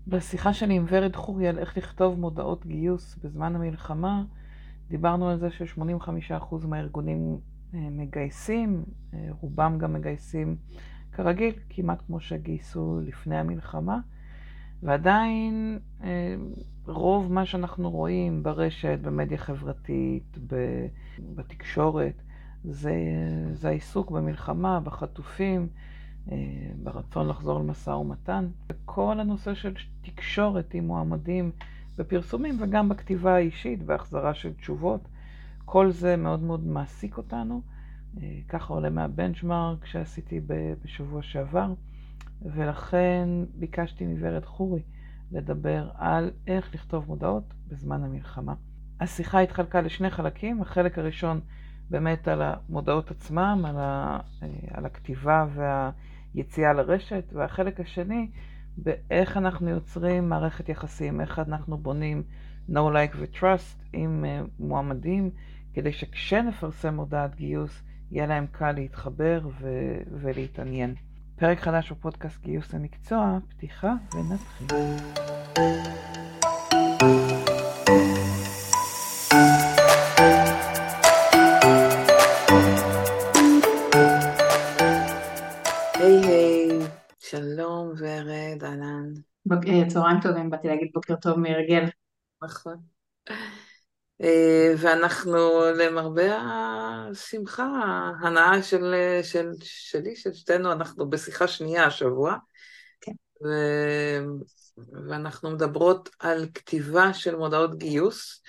בשיחה שלי עם ורד חורי על איך לכתוב מודעות גיוס בזמן המלחמה, דיברנו על זה ש-85% מהארגונים מגייסים, רובם גם מגייסים כרגיל, כמעט כמו שגייסו לפני המלחמה, ועדיין רוב מה שאנחנו רואים ברשת, במדיה חברתית, בתקשורת, זה העיסוק במלחמה, בחטופים, ברצון לחזור למשא ומתן. וכל הנושא של תקשורת עם מועמדים בפרסומים וגם בכתיבה האישית והחזרה של תשובות, כל זה מאוד מאוד מעסיק אותנו. ככה עולה מהבנצ'מרק שעשיתי בשבוע שעבר, ולכן ביקשתי מוורד חורי לדבר על איך לכתוב מודעות בזמן המלחמה. השיחה התחלקה לשני חלקים. החלק הראשון באמת על המודעות עצמם, על הכתיבה והיציאה לרשת, והחלק השני באיך אנחנו יוצרים מערכת יחסים, איך אנחנו בונים know like ו-trust עם מועמדים, כדי שכשנפרסם הודעת גיוס יהיה להם קל להתחבר ולהתעניין. פרק חדש בפודקאסט גיוס למקצוע, פתיחה ונתחיל. היי, שלום ורד, אהלן. צהריים טובים, באתי להגיד בוקר טוב מהרגל. נכון. ואנחנו למרבה השמחה, הנאה שלי, של שתינו, אנחנו בשיחה שנייה השבוע, כן. ואנחנו מדברות על כתיבה של מודעות גיוס,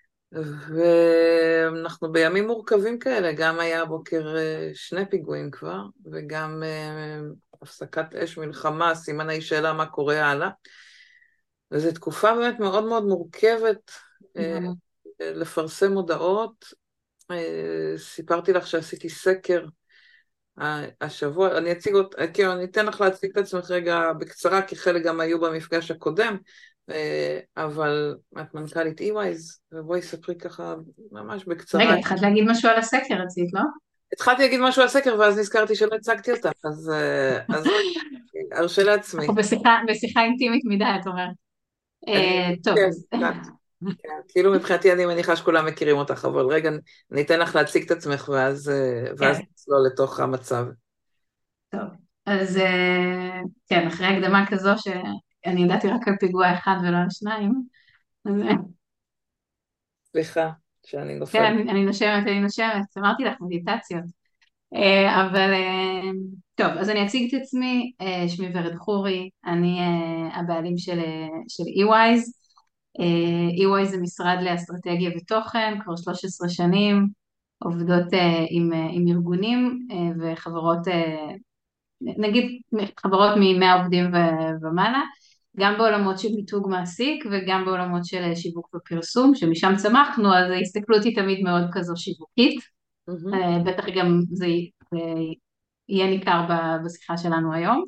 ואנחנו בימים מורכבים כאלה, גם היה בוקר שני פיגועים כבר, וגם הפסקת אש מלחמה, סימני שאלה מה קורה הלאה, וזו תקופה באמת מאוד מאוד מורכבת, לפרסם מודעות. סיפרתי לך שעשיתי סקר השבוע, אני אתן לך להציג את עצמך רגע בקצרה, כי חלק גם היו במפגש הקודם, אבל את מנכ"לית EYES, ובואי ספרי ככה ממש בקצרה. רגע, התחלת להגיד משהו על הסקר, רצית, לא? התחלתי להגיד משהו על הסקר, ואז נזכרתי שלא הצגתי אותך, אז ארשה לעצמי. אנחנו בשיחה אינטימית מדי, את אומרת. טוב, כן, אז... כן, כאילו מבחינתי אני מניחה שכולם מכירים אותך, אבל רגע, אני אתן לך להציג את עצמך, ואז כן, נצלול לתוך המצב. טוב. אז כן, אחרי הקדמה כזו שאני ידעתי רק על פיגוע אחד ולא על שניים, אז סליחה שאני כן, נופלת. אני נושמת, אמרתי לך מדיטציות. אבל טוב, אז אני אציג את עצמי, שמי ורד חורי, אני הבעלים של EYES. EYES זה משרד לאסטרטגיה ותוכן, כבר 13 שנים, עובדות עם ארגונים וחברות, נגיד חברות מ-100 עובדים ומעלה, גם בעולמות של מיתוג מעסיק וגם בעולמות של שיווק ופרסום, שמשם צמחנו, אז ההסתכלות היא תמיד מאוד כזו שיווקית, בטח גם זה יהיה ניכר בשיחה שלנו היום.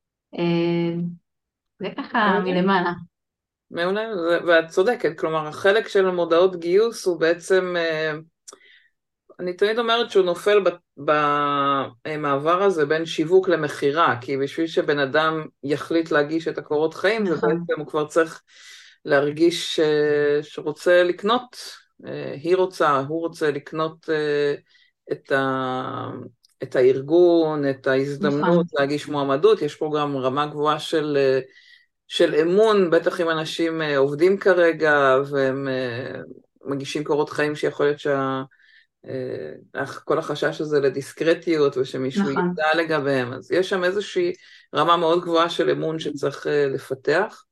זה ככה מעולה, מלמעלה. מעולה, ואת צודקת, כלומר החלק של מודעות גיוס הוא בעצם, אני תמיד אומרת שהוא נופל במעבר הזה בין שיווק למחירה, כי בשביל שבן אדם יחליט להגיש את הקורות חיים, נכון, ובעצם הוא כבר צריך להרגיש שרוצה לקנות, הוא רוצה לקנות את הארגון, את ההזדמנות נכון, להגיש מועמדות. יש פה גם רמה גבוהה של אמון, בטח אם אנשים עובדים כרגע, והם מגישים קורות חיים שיכול להיות כל החשש הזה לדיסקרטיות, ושמישהו נכון. ידע לגביהם, אז יש שם איזושהי רמה מאוד גבוהה של אמון שצריך לפתח.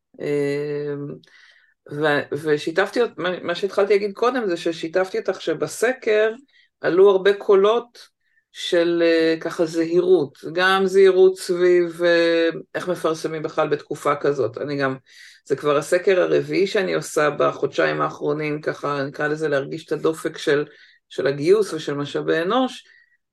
ושיתפתי, מה שהתחלתי להגיד קודם זה ששיתפתי אותך שבסקר עלו הרבה קולות של ככה זהירות, גם זהירות סביב איך מפרסמים בכלל בתקופה כזאת. זה כבר הסקר הרביעי שאני עושה בחודשיים האחרונים, ככה נקרא לזה להרגיש את הדופק של הגיוס ושל משאבי אנוש,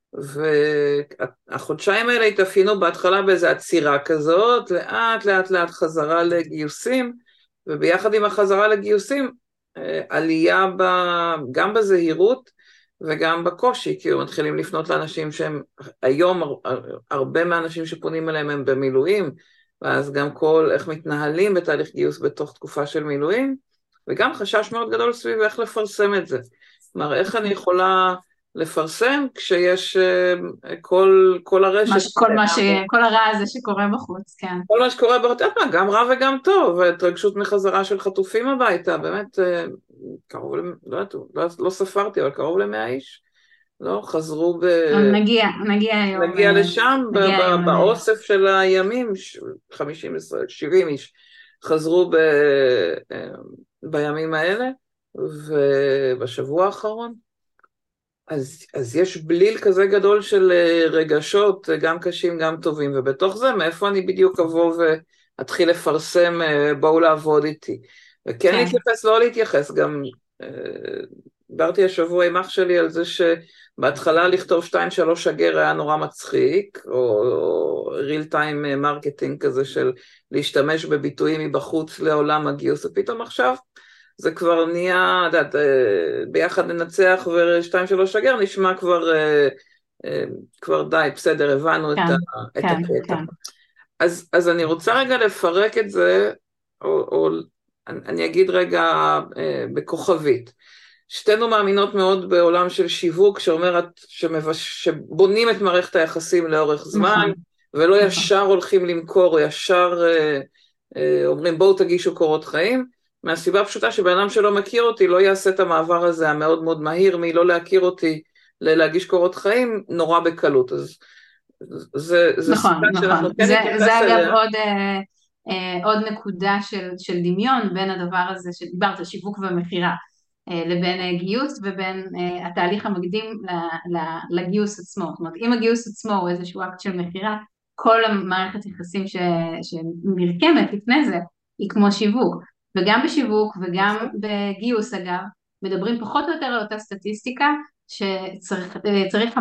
והחודשיים האלה התאפיינו בהתחלה באיזו עצירה כזאת, לאט חזרה לגיוסים, וביחד עם החזרה לגיוסים, עלייה גם בזהירות וגם בקושי, כי הם מתחילים לפנות לאנשים שהם, היום הרבה מהאנשים שפונים אליהם הם במילואים, ואז גם איך מתנהלים בתהליך גיוס בתוך תקופה של מילואים, וגם חשש מאוד גדול סביב איך לפרסם את זה. כלומר, איך אני יכולה לפרסם כשיש כל הרשת. כל הרע הזה שקורה בחוץ, כן. כל מה שקורה גם רע וגם טוב, התרגשות מחזרה של חטופים הביתה, באמת, קרוב, לא יודעת, לא ספרתי, אבל קרוב ל100 איש, לא, חזרו נגיע היום. נגיע לשם, נגיע היום באוסף של הימים, 50, 70 איש, חזרו בימים האלה, ובשבוע האחרון, אז יש בליל כזה גדול של רגשות, גם קשים, גם טובים, ובתוך זה, מאיפה אני בדיוק אבוא ואתחיל לפרסם, בואו לעבוד איתי. וכן להתייחס, לא להתייחס, גם דיברתי השבוע עם אח שלי על זה שבהתחלה לכתוב 2-3 שגר היה נורא מצחיק, או real time marketing כזה של להשתמש בביטויים מבחוץ לעולם הגיוס, ופתאום עכשיו, זה כבר נהיה, יודעת, ביחד ננצח ו2-3 שגר, נשמע כבר די, בסדר, הבנו את הקטע. אז אני רוצה רגע לפרק את זה, או אני אגיד רגע בכוכבית. שתינו מאמינות מאוד בעולם של שיווק, שאומרת שבונים את מערכת היחסים לאורך זמן, ולא ישר הולכים למכור, או ישר אומרים בואו תגישו קורות חיים, מהסיבה הפשוטה שבן אדם שלא מכיר אותי לא יעשה את המעבר הזה המאוד מאוד מהיר מלא להכיר אותי להגיש קורות חיים נורא בקלות. אז זה נכון, נכון. זה אגב עוד נקודה של דמיון בין הדבר הזה שדיברת, שיווק ומחירה, לבין גיוס ובין התהליך המקדים לגיוס עצמו. זאת אומרת, אם הגיוס עצמו הוא איזשהו אקט של מחירה, כל המערכת יחסים שנרקמת לפני זה היא כמו שיווק. וגם בשיווק וגם בגיוס אגב, מדברים פחות או יותר על אותה סטטיסטיקה, שצריך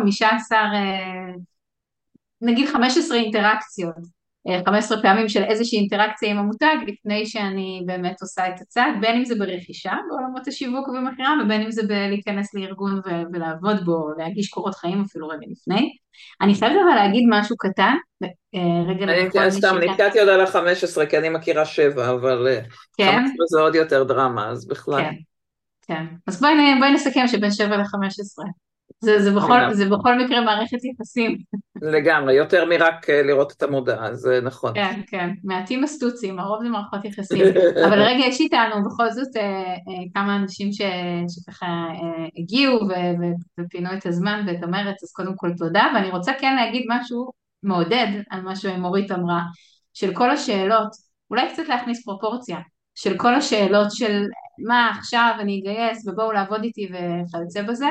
15 אינטראקציות, 15 פעמים של איזושהי אינטראקציה עם המותג, לפני שאני באמת עושה את הצעד, בין אם זה ברכישה, בעולמות השיווק ומכירה, ובין אם זה להיכנס לארגון ולעבוד בו, להגיש קורות חיים אפילו רגע לפני. אני חייבת אבל להגיד משהו קטן, אני סתם נתקעתי עוד על 15, כי אני מכירה 7, אבל 15 זה עוד יותר דרמה, אז בכלל. כן. אז בואי נסכם שבין 7 ל-15. זה בכל מקרה מערכת יחסים. לגמרי, יותר מרק לראות את המודעה, זה נכון. כן, מעטים אסטוצים, הרוב זה מערכות יחסים. אבל רגע, יש איתנו בכל זאת כמה אנשים שככה הגיעו ופינו את הזמן ואת המרץ, אז קודם כל תודה, ואני רוצה כן להגיד משהו מעודד על מה שמורית אמרה, של כל השאלות, אולי קצת להכניס פרופורציה, של כל השאלות של מה עכשיו אני אגייס ובואו לעבוד איתי וכיוצא בזה,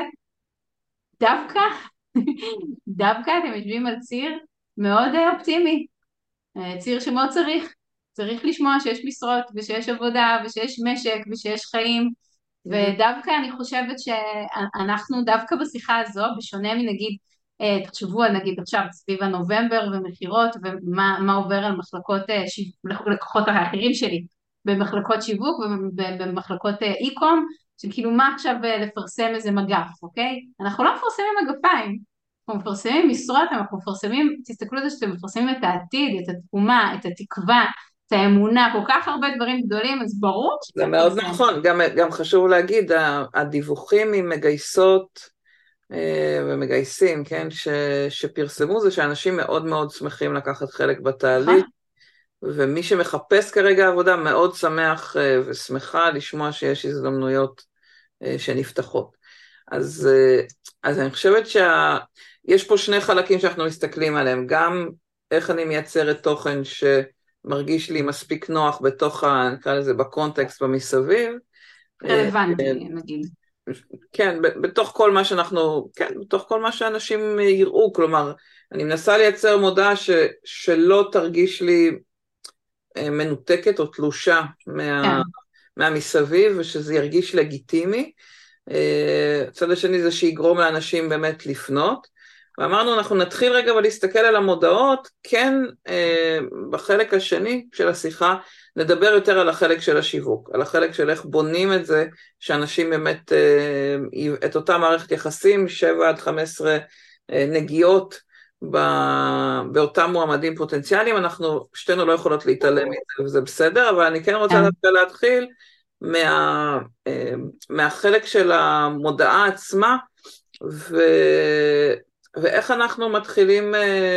דווקא אתם יושבים על ציר מאוד אופטימי, ציר שמאוד צריך לשמוע שיש משרות ושיש עבודה ושיש משק ושיש חיים, ודווקא אני חושבת שאנחנו דווקא בשיחה הזו, בשונה מנגיד, תחשבו על נגיד עכשיו סביב הנובמבר ומחירות ומה עובר על לקוחות האחרים שלי, במחלקות שיווק ובמחלקות אי-קום, שכאילו מה עכשיו לפרסם איזה מגף, אוקיי? אנחנו לא מפרסמים מגפיים, אנחנו מפרסמים משרות, אנחנו מפרסמים, תסתכלו על זה שאתם מפרסמים את העתיד, את התקומה, את התקווה, את האמונה, כל כך הרבה דברים גדולים, אז ברור זה מאוד נכון, גם חשוב להגיד, הדיווחים עם מגייסות ומגייסים, כן, שפרסמו זה שאנשים מאוד מאוד שמחים לקחת חלק בתהליך, ומי שמחפש כרגע עבודה מאוד שמח ושמחה לשמוע שיש הזדמנויות שנפתחות. אז אני חושבת שיש פה שני חלקים שאנחנו מסתכלים עליהם, גם איך אני מייצרת תוכן שמרגיש לי מספיק נוח בתוך, נקרא לזה, בקונטקסט במסביב. רלוונטי, נגיד. כן, בתוך כל מה שאנחנו, כן, בתוך כל מה שאנשים יראו, כלומר, אני מנסה לייצר מודעה שלא תרגיש לי מנותקת או תלושה מהמסביב, ושזה ירגיש לגיטימי. הצד השני זה שיגרום לאנשים באמת לפנות, ואמרנו אנחנו נתחיל רגע ולהסתכל על המודעות, כן בחלק השני של השיחה נדבר יותר על החלק של השיווק, על החלק של איך בונים את זה, שאנשים באמת את אותה מערכת יחסים, 7 עד 15 נגיעות באותם מועמדים פוטנציאליים, אנחנו שתינו לא יכולות להתעלם מזה, וזה בסדר, אבל אני כן רוצה כן. דווקא להתחיל מהחלק של המודעה עצמה, ו... ואיך אנחנו מתחילים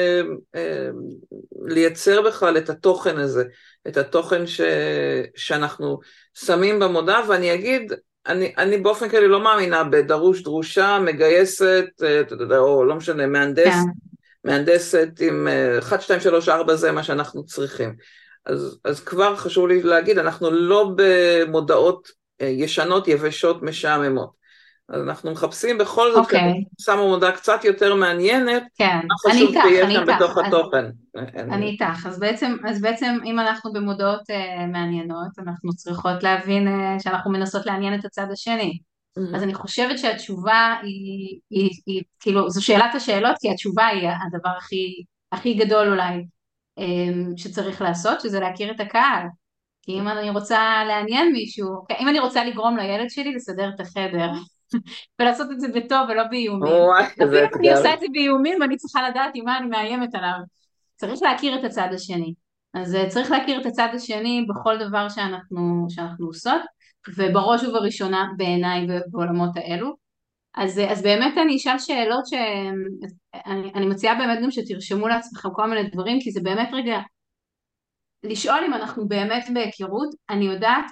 לייצר בכלל את התוכן הזה, את התוכן שאנחנו שמים במודעה, ואני אגיד, אני באופן כללי לא מאמינה בדרוש דרושה, מגייסת, או לא משנה, כן. מהנדסת עם 1, 2, 3, 4, זה מה שאנחנו צריכים. אז כבר חשוב לי להגיד, אנחנו לא במודעות ישנות, יבשות, משעממות. אז אנחנו מחפשים בכל זאת, אוקיי. שמו מודעה קצת יותר מעניינת, כן. מה אני חשוב איתך, שיהיה אני שם איתך. בתוך התוכן. אני איתך. אז בעצם אם אנחנו במודעות מעניינות, אנחנו צריכות להבין שאנחנו מנסות לעניין את הצד השני. אז אני חושבת שהתשובה כאילו, זו שאלת השאלות, כי התשובה היא הדבר הכי גדול אולי שצריך לעשות, שזה להכיר את הקהל. כי אם אני רוצה לעניין מישהו, אם אני רוצה לגרום לילד שלי לסדר את החדר, ולעשות את זה בטוב ולא באיומים, וואי, אפילו איזה אם אני אתגר. עושה את זה באיומים, אני צריכה לדעת עם מה אני מאיימת עליו. צריך להכיר את הצד השני. אז צריך להכיר את הצד השני בכל דבר שאנחנו עושות, ובראש ובראשונה בעיניי בעולמות האלו. אז באמת אני אשאל שאלות שאני מציעה באמת גם שתרשמו לעצמכם כל מיני דברים, כי זה באמת רגע לשאול אם אנחנו באמת בהיכרות. אני יודעת,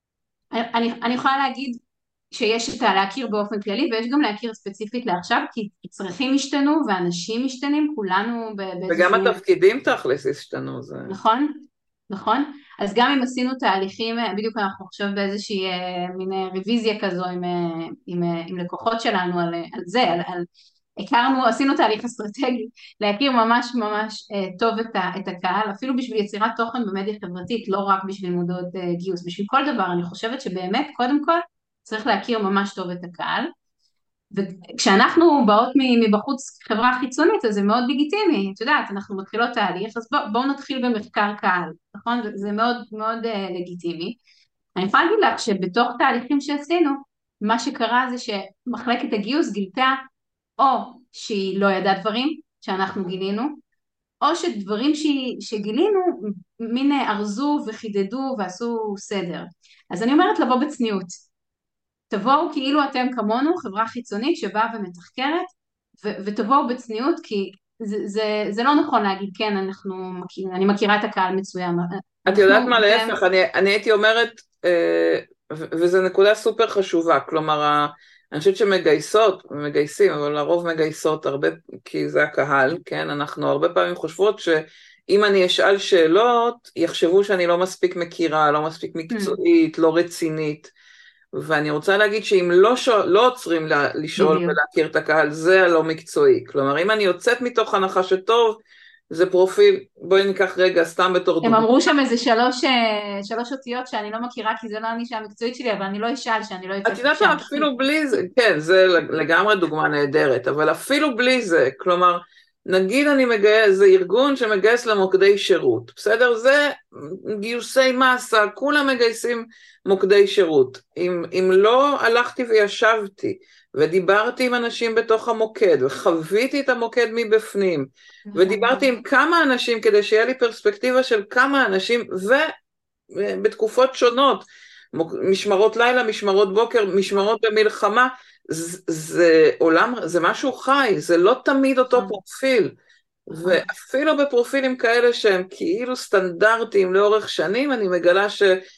אני יכולה להגיד שיש את הלהכיר באופן כללי, ויש גם להכיר ספציפית לעכשיו, כי צרכים השתנו ואנשים משתנים, כולנו וגם באיזשהו... התפקידים תכלס השתנו, זה... נכון? נכון? אז גם אם עשינו תהליכים, בדיוק אנחנו עכשיו באיזושהי מין רוויזיה כזו עם לקוחות שלנו על זה, הכרנו, עשינו תהליך אסטרטגי להכיר ממש ממש טוב את הקהל, אפילו בשביל יצירת תוכן במדיה חברתית, לא רק בשביל מודעות גיוס, בשביל כל דבר. אני חושבת שבאמת קודם כל צריך להכיר ממש טוב את הקהל, וכשאנחנו באות מבחוץ חברה חיצונית, אז זה מאוד לגיטימי. את יודעת, אנחנו מתחילות תהליך, אז בואו נתחיל במחקר קהל, נכון? זה מאוד מאוד לגיטימי. אני יכולה להגיד לך שבתוך תהליכים שעשינו, מה שקרה זה שמחלקת הגיוס גילתה או שהיא לא ידעה דברים שאנחנו גילינו, או שדברים שגילינו מין ארזו וחידדו ועשו סדר. אז אני אומרת לבוא בצניעות. תבואו כאילו אתם כמונו, חברה חיצונית שבאה ומתחקרת, ותבואו בצניעות, כי זה לא נכון להגיד, כן, אני מכירה את הקהל מצוין. את יודעת מה, אתם... להפך, אני הייתי אומרת, וזו נקודה סופר חשובה, כלומר, אני חושבת מגייסים, אבל לרוב מגייסות הרבה, כי זה הקהל, כן, אנחנו הרבה פעמים חושבות שאם אני אשאל שאלות, יחשבו שאני לא מספיק מכירה, לא מספיק מקצועית, לא רצינית, ואני רוצה להגיד שאם לא עוצרים לשאול בדיוק. ולהכיר את הקהל, זה הלא מקצועי, כלומר, אם אני יוצאת מתוך הנחה שטוב, זה פרופיל, בואי ניקח רגע סתם בתור הם דוגמא. אמרו שם איזה שלוש אותיות שאני לא מכירה, כי זה לא הנישה המקצועית שלי, אבל אני לא אשאל שאני לא את יוצאת יודעת משם. מה, אפילו בלי זה, כן, זה לגמרי דוגמה נהדרת, אבל אפילו בלי זה, כלומר, נגיד אני מגייס, זה ארגון שמגייס למוקדי שירות, בסדר? זה גיוסי מסה, כולם מגייסים מוקדי שירות. אם לא הלכתי וישבתי ודיברתי עם אנשים בתוך המוקד, וחוויתי את המוקד מבפנים, ודיברתי עם כמה אנשים כדי שיהיה לי פרספקטיבה של כמה אנשים, ובתקופות שונות, משמרות לילה, משמרות בוקר, משמרות במלחמה, זה עולם, זה משהו חי, זה לא תמיד אותו פרופיל, ואפילו בפרופילים כאלה שהם כאילו סטנדרטיים לאורך שנים, אני מגלה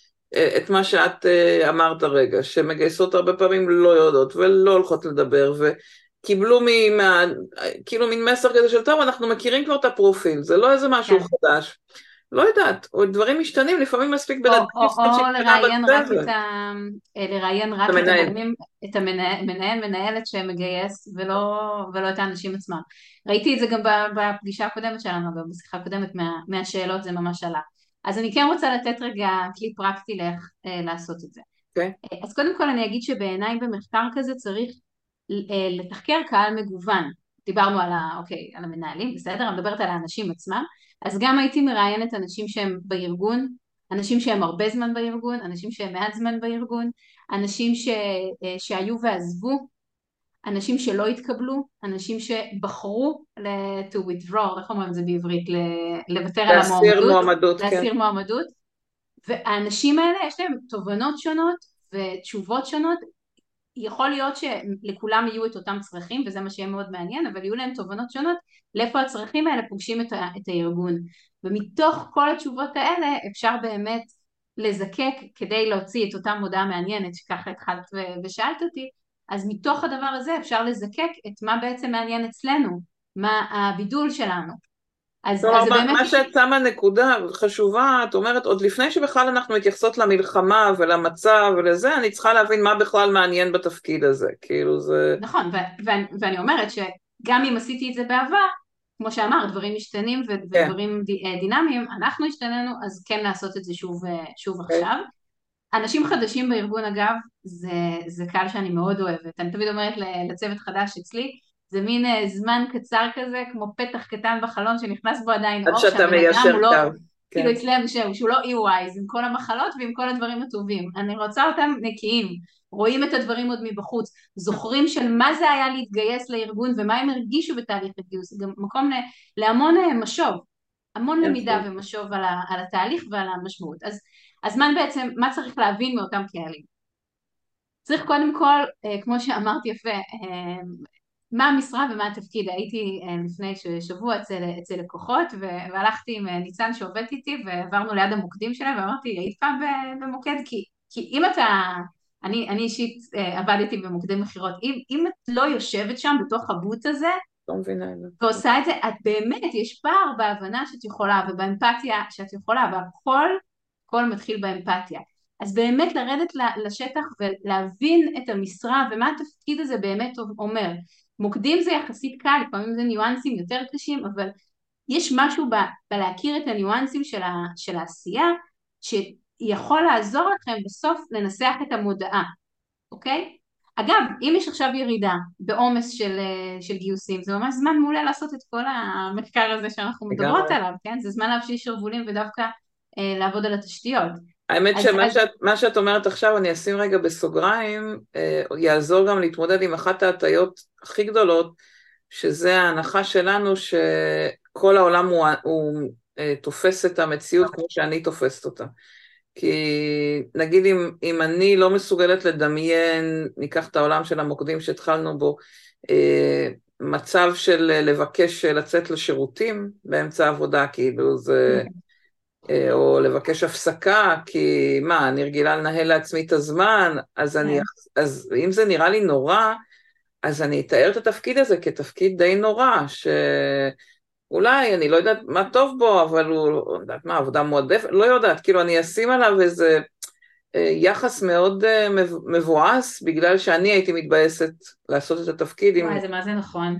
את מה שאת אמרת הרגע, שמגייסות הרבה פעמים לא יודעות ולא הולכות לדבר, וקיבלו כאילו מין מסר כזה של טוב, אנחנו מכירים כבר את הפרופיל, זה לא איזה משהו כן. חדש. לא יודעת, או דברים משתנים, לפעמים מספיק בן או, אדם או, אחד או שהשתנה בצוות. לראיין רק את המנהל. הגורמים, את מנהלת שמגייס, ולא את האנשים עצמם. ראיתי את זה גם בפגישה הקודמת שלנו, גם בשיחה הקודמת, מהשאלות זה ממש עלה. אז אני כן רוצה לתת רגע כלי פרקטי לאיך לעשות את זה. אוקיי? אז קודם כל אני אגיד שבעיניי במחקר כזה צריך לתחקר קהל מגוון. דיברנו אוקיי, על המנהלים, בסדר, אני מדברת על האנשים עצמם, אז גם הייתי מראיינת אנשים שהם בארגון, אנשים שהם הרבה זמן בארגון, אנשים שהם מעט זמן בארגון, אנשים שהיו ועזבו, אנשים שלא התקבלו, אנשים שבחרו to withdraw, איך אומרים את זה בעברית, לוותר על להסיר המועמדות, מועמדות, כן. להסיר מועמדות, והאנשים האלה יש להם תובנות שונות ותשובות שונות, יכול להיות שלכולם יהיו את אותם צרכים, וזה מה שיהיה מאוד מעניין, אבל יהיו להם תובנות שונות, לאיפה הצרכים האלה פוגשים את הארגון. ומתוך כל התשובות האלה אפשר באמת לזקק כדי להוציא את אותה מודעה מעניינת, שככה התחלת ושאלת אותי, אז מתוך הדבר הזה אפשר לזקק את מה בעצם מעניין אצלנו, מה הבידול שלנו. אז כלומר, זה באמת מה שאת שמה נקודה חשובה, את אומרת, עוד לפני שבכלל אנחנו מתייחסות למלחמה ולמצב ולזה, אני צריכה להבין מה בכלל מעניין בתפקיד הזה, כאילו זה... נכון, ואני אומרת שגם אם עשיתי את זה בעבר, כמו שאמר, דברים משתנים כן, ודברים דינמיים, אנחנו השתננו, אז כן לעשות את זה שוב כן. עכשיו. אנשים חדשים בארגון אגב, זה קהל שאני מאוד אוהבת. אני תמיד אומרת לצוות חדש אצלי, זה מין זמן קצר כזה, כמו פתח קטן בחלון שנכנס בו עדיין עד אור, שאתה שהבן אדם מיישר הוא לא, קו, כאילו כן. אצלם שהוא לא EYs עם כל המחלות ועם כל הדברים הטובים. אני רוצה אותם נקיים, רואים את הדברים עוד מבחוץ, זוכרים של מה זה היה להתגייס לארגון ומה הם הרגישו בתהליך הגיוס, גם מקום להמון משוב, המון למידה יפה. ומשוב על התהליך ועל המשמעות. אז מה צריך להבין מאותם קהלים? צריך קודם כל, כמו שאמרתי יפה, מה המשרה ומה התפקיד. הייתי לפני שבוע אצל לקוחות, והלכתי עם ניצן שעובד איתי, ועברנו ליד המוקדים שלהם, ואמרתי, היית פעם במוקד? כי אם אני אישית עבדתי במוקדי מכירות, אם את לא יושבת שם בתוך הבוט הזה, לא מבינה את זה. ועושה את זה, את באמת, יש פער בהבנה שאת יכולה, ובאמפתיה שאת יכולה, והכל מתחיל באמפתיה. אז באמת לרדת לשטח ולהבין את המשרה ומה התפקיד הזה באמת אומר. מוקדים זה יחסית קל, לפעמים זה ניואנסים יותר קשים, אבל יש משהו בלהכיר את הניואנסים של העשייה, שיכול לעזור לכם בסוף לנסח את המודעה, אוקיי? אגב, אם יש עכשיו ירידה בעומס של גיוסים, זה ממש זמן מעולה לעשות את כל המחקר הזה שאנחנו מדברות לגמרי. עליו, כן? זה זמן להפשיל שרוולים ודווקא לעבוד על התשתיות. האמת אז, שמה אז שאת אומרת עכשיו, אני אשים רגע בסוגריים, יעזור גם להתמודד עם אחת ההטיות הכי גדולות, שזה ההנחה שלנו שכל העולם הוא תופס את המציאות כמו שאני תופסת אותה. כי נגיד אם אני לא מסוגלת לדמיין, ניקח את העולם של המוקדים שהתחלנו בו, מצב של לבקש לצאת לשירותים באמצע העבודה, כאילו זה... או לבקש הפסקה, כי מה, אני רגילה לנהל לעצמי את הזמן, אז אם זה נראה לי נורא, אז אני אתאר את התפקיד הזה כתפקיד די נורא, שאולי אני לא יודעת מה טוב בו, אבל הוא, לא יודעת מה, עבודה מועדפת, לא יודעת, כאילו אני אשים עליו איזה יחס מאוד מבואס, בגלל שאני הייתי מתבאסת לעשות את התפקיד עם... וואי, זה מה זה נכון.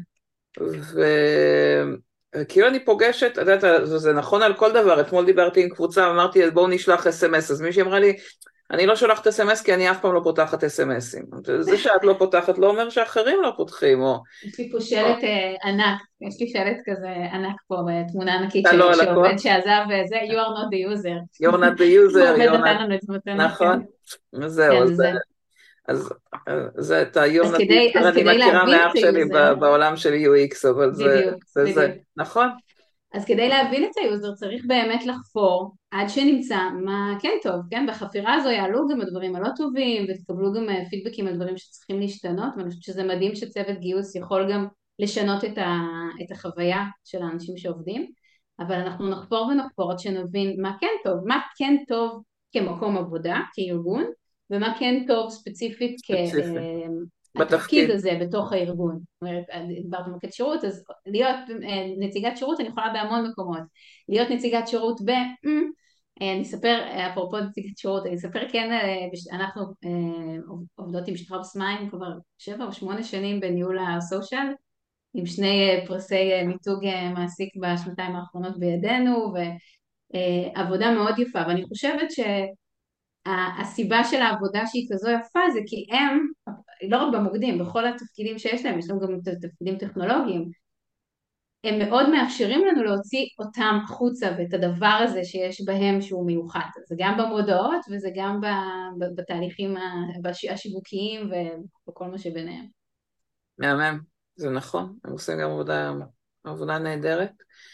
וכאילו אני פוגשת, את יודעת, זה נכון על כל דבר, אתמול דיברתי עם קבוצה, אמרתי בואו נשלח אס-אמס, אז מישהי אמרה לי, אני לא שולחת אס-אמס כי אני אף פעם לא פותחת אס-אמסים, זה שאת לא פותחת לא אומר שאחרים לא פותחים, או... יש לי פה שלט ענק, יש לי שלט כזה ענק פה, תמונה ענקית אתה לא שעובד הלקוח, שעזב וזה, you are not the user. you're not the user, עובד you're נתן not... לנו את זה מתנה, כן. נכון, זהו, כן, אז זה. אז זה את ה-you're אז not the user, אז אני כדי מכירה להבין מאח את שלי היוזר, בעולם של UX, אבל בדיוק, זה, בדיוק. נכון? אז כדי להבין את היוזר צריך באמת לחפור עד שנמצא מה כן טוב, כן? בחפירה הזו יעלו גם הדברים הלא טובים ותקבלו גם פידבקים על דברים שצריכים להשתנות, ואני חושבת שזה מדהים שצוות גיוס יכול גם לשנות את החוויה של האנשים שעובדים, אבל אנחנו נחפור ונחפור עד שנבין מה כן טוב כמקום עבודה, כארגון, ומה כן טוב ספציפית ספציפי, התפקיד בתפקיד. הזה בתוך הארגון. זאת אומרת, דיברת במוקד שירות, אז להיות נציגת שירות אני יכולה בהמון מקומות. להיות נציגת שירות אני אספר, אפרופו נציגת שירות, אני אספר כן, אנחנו עובדות עם שטראוס מים כבר 7 או 8 שנים בניהול הסושיאל, עם 2 פרסי מיתוג מעסיק בשנתיים האחרונות בידינו, ועבודה מאוד יפה, ואני חושבת הסיבה של העבודה שהיא כזו יפה זה כי הם, לא רק במוקדים, בכל התפקידים שיש להם, יש להם גם תפקידים טכנולוגיים, הם מאוד מאפשרים לנו להוציא אותם החוצה ואת הדבר הזה שיש בהם שהוא מיוחד. זה גם במודעות וזה גם בתהליכים השיווקיים וכל מה שביניהם. מהמם, זה נכון, הם עושים גם עבודה נהדרת.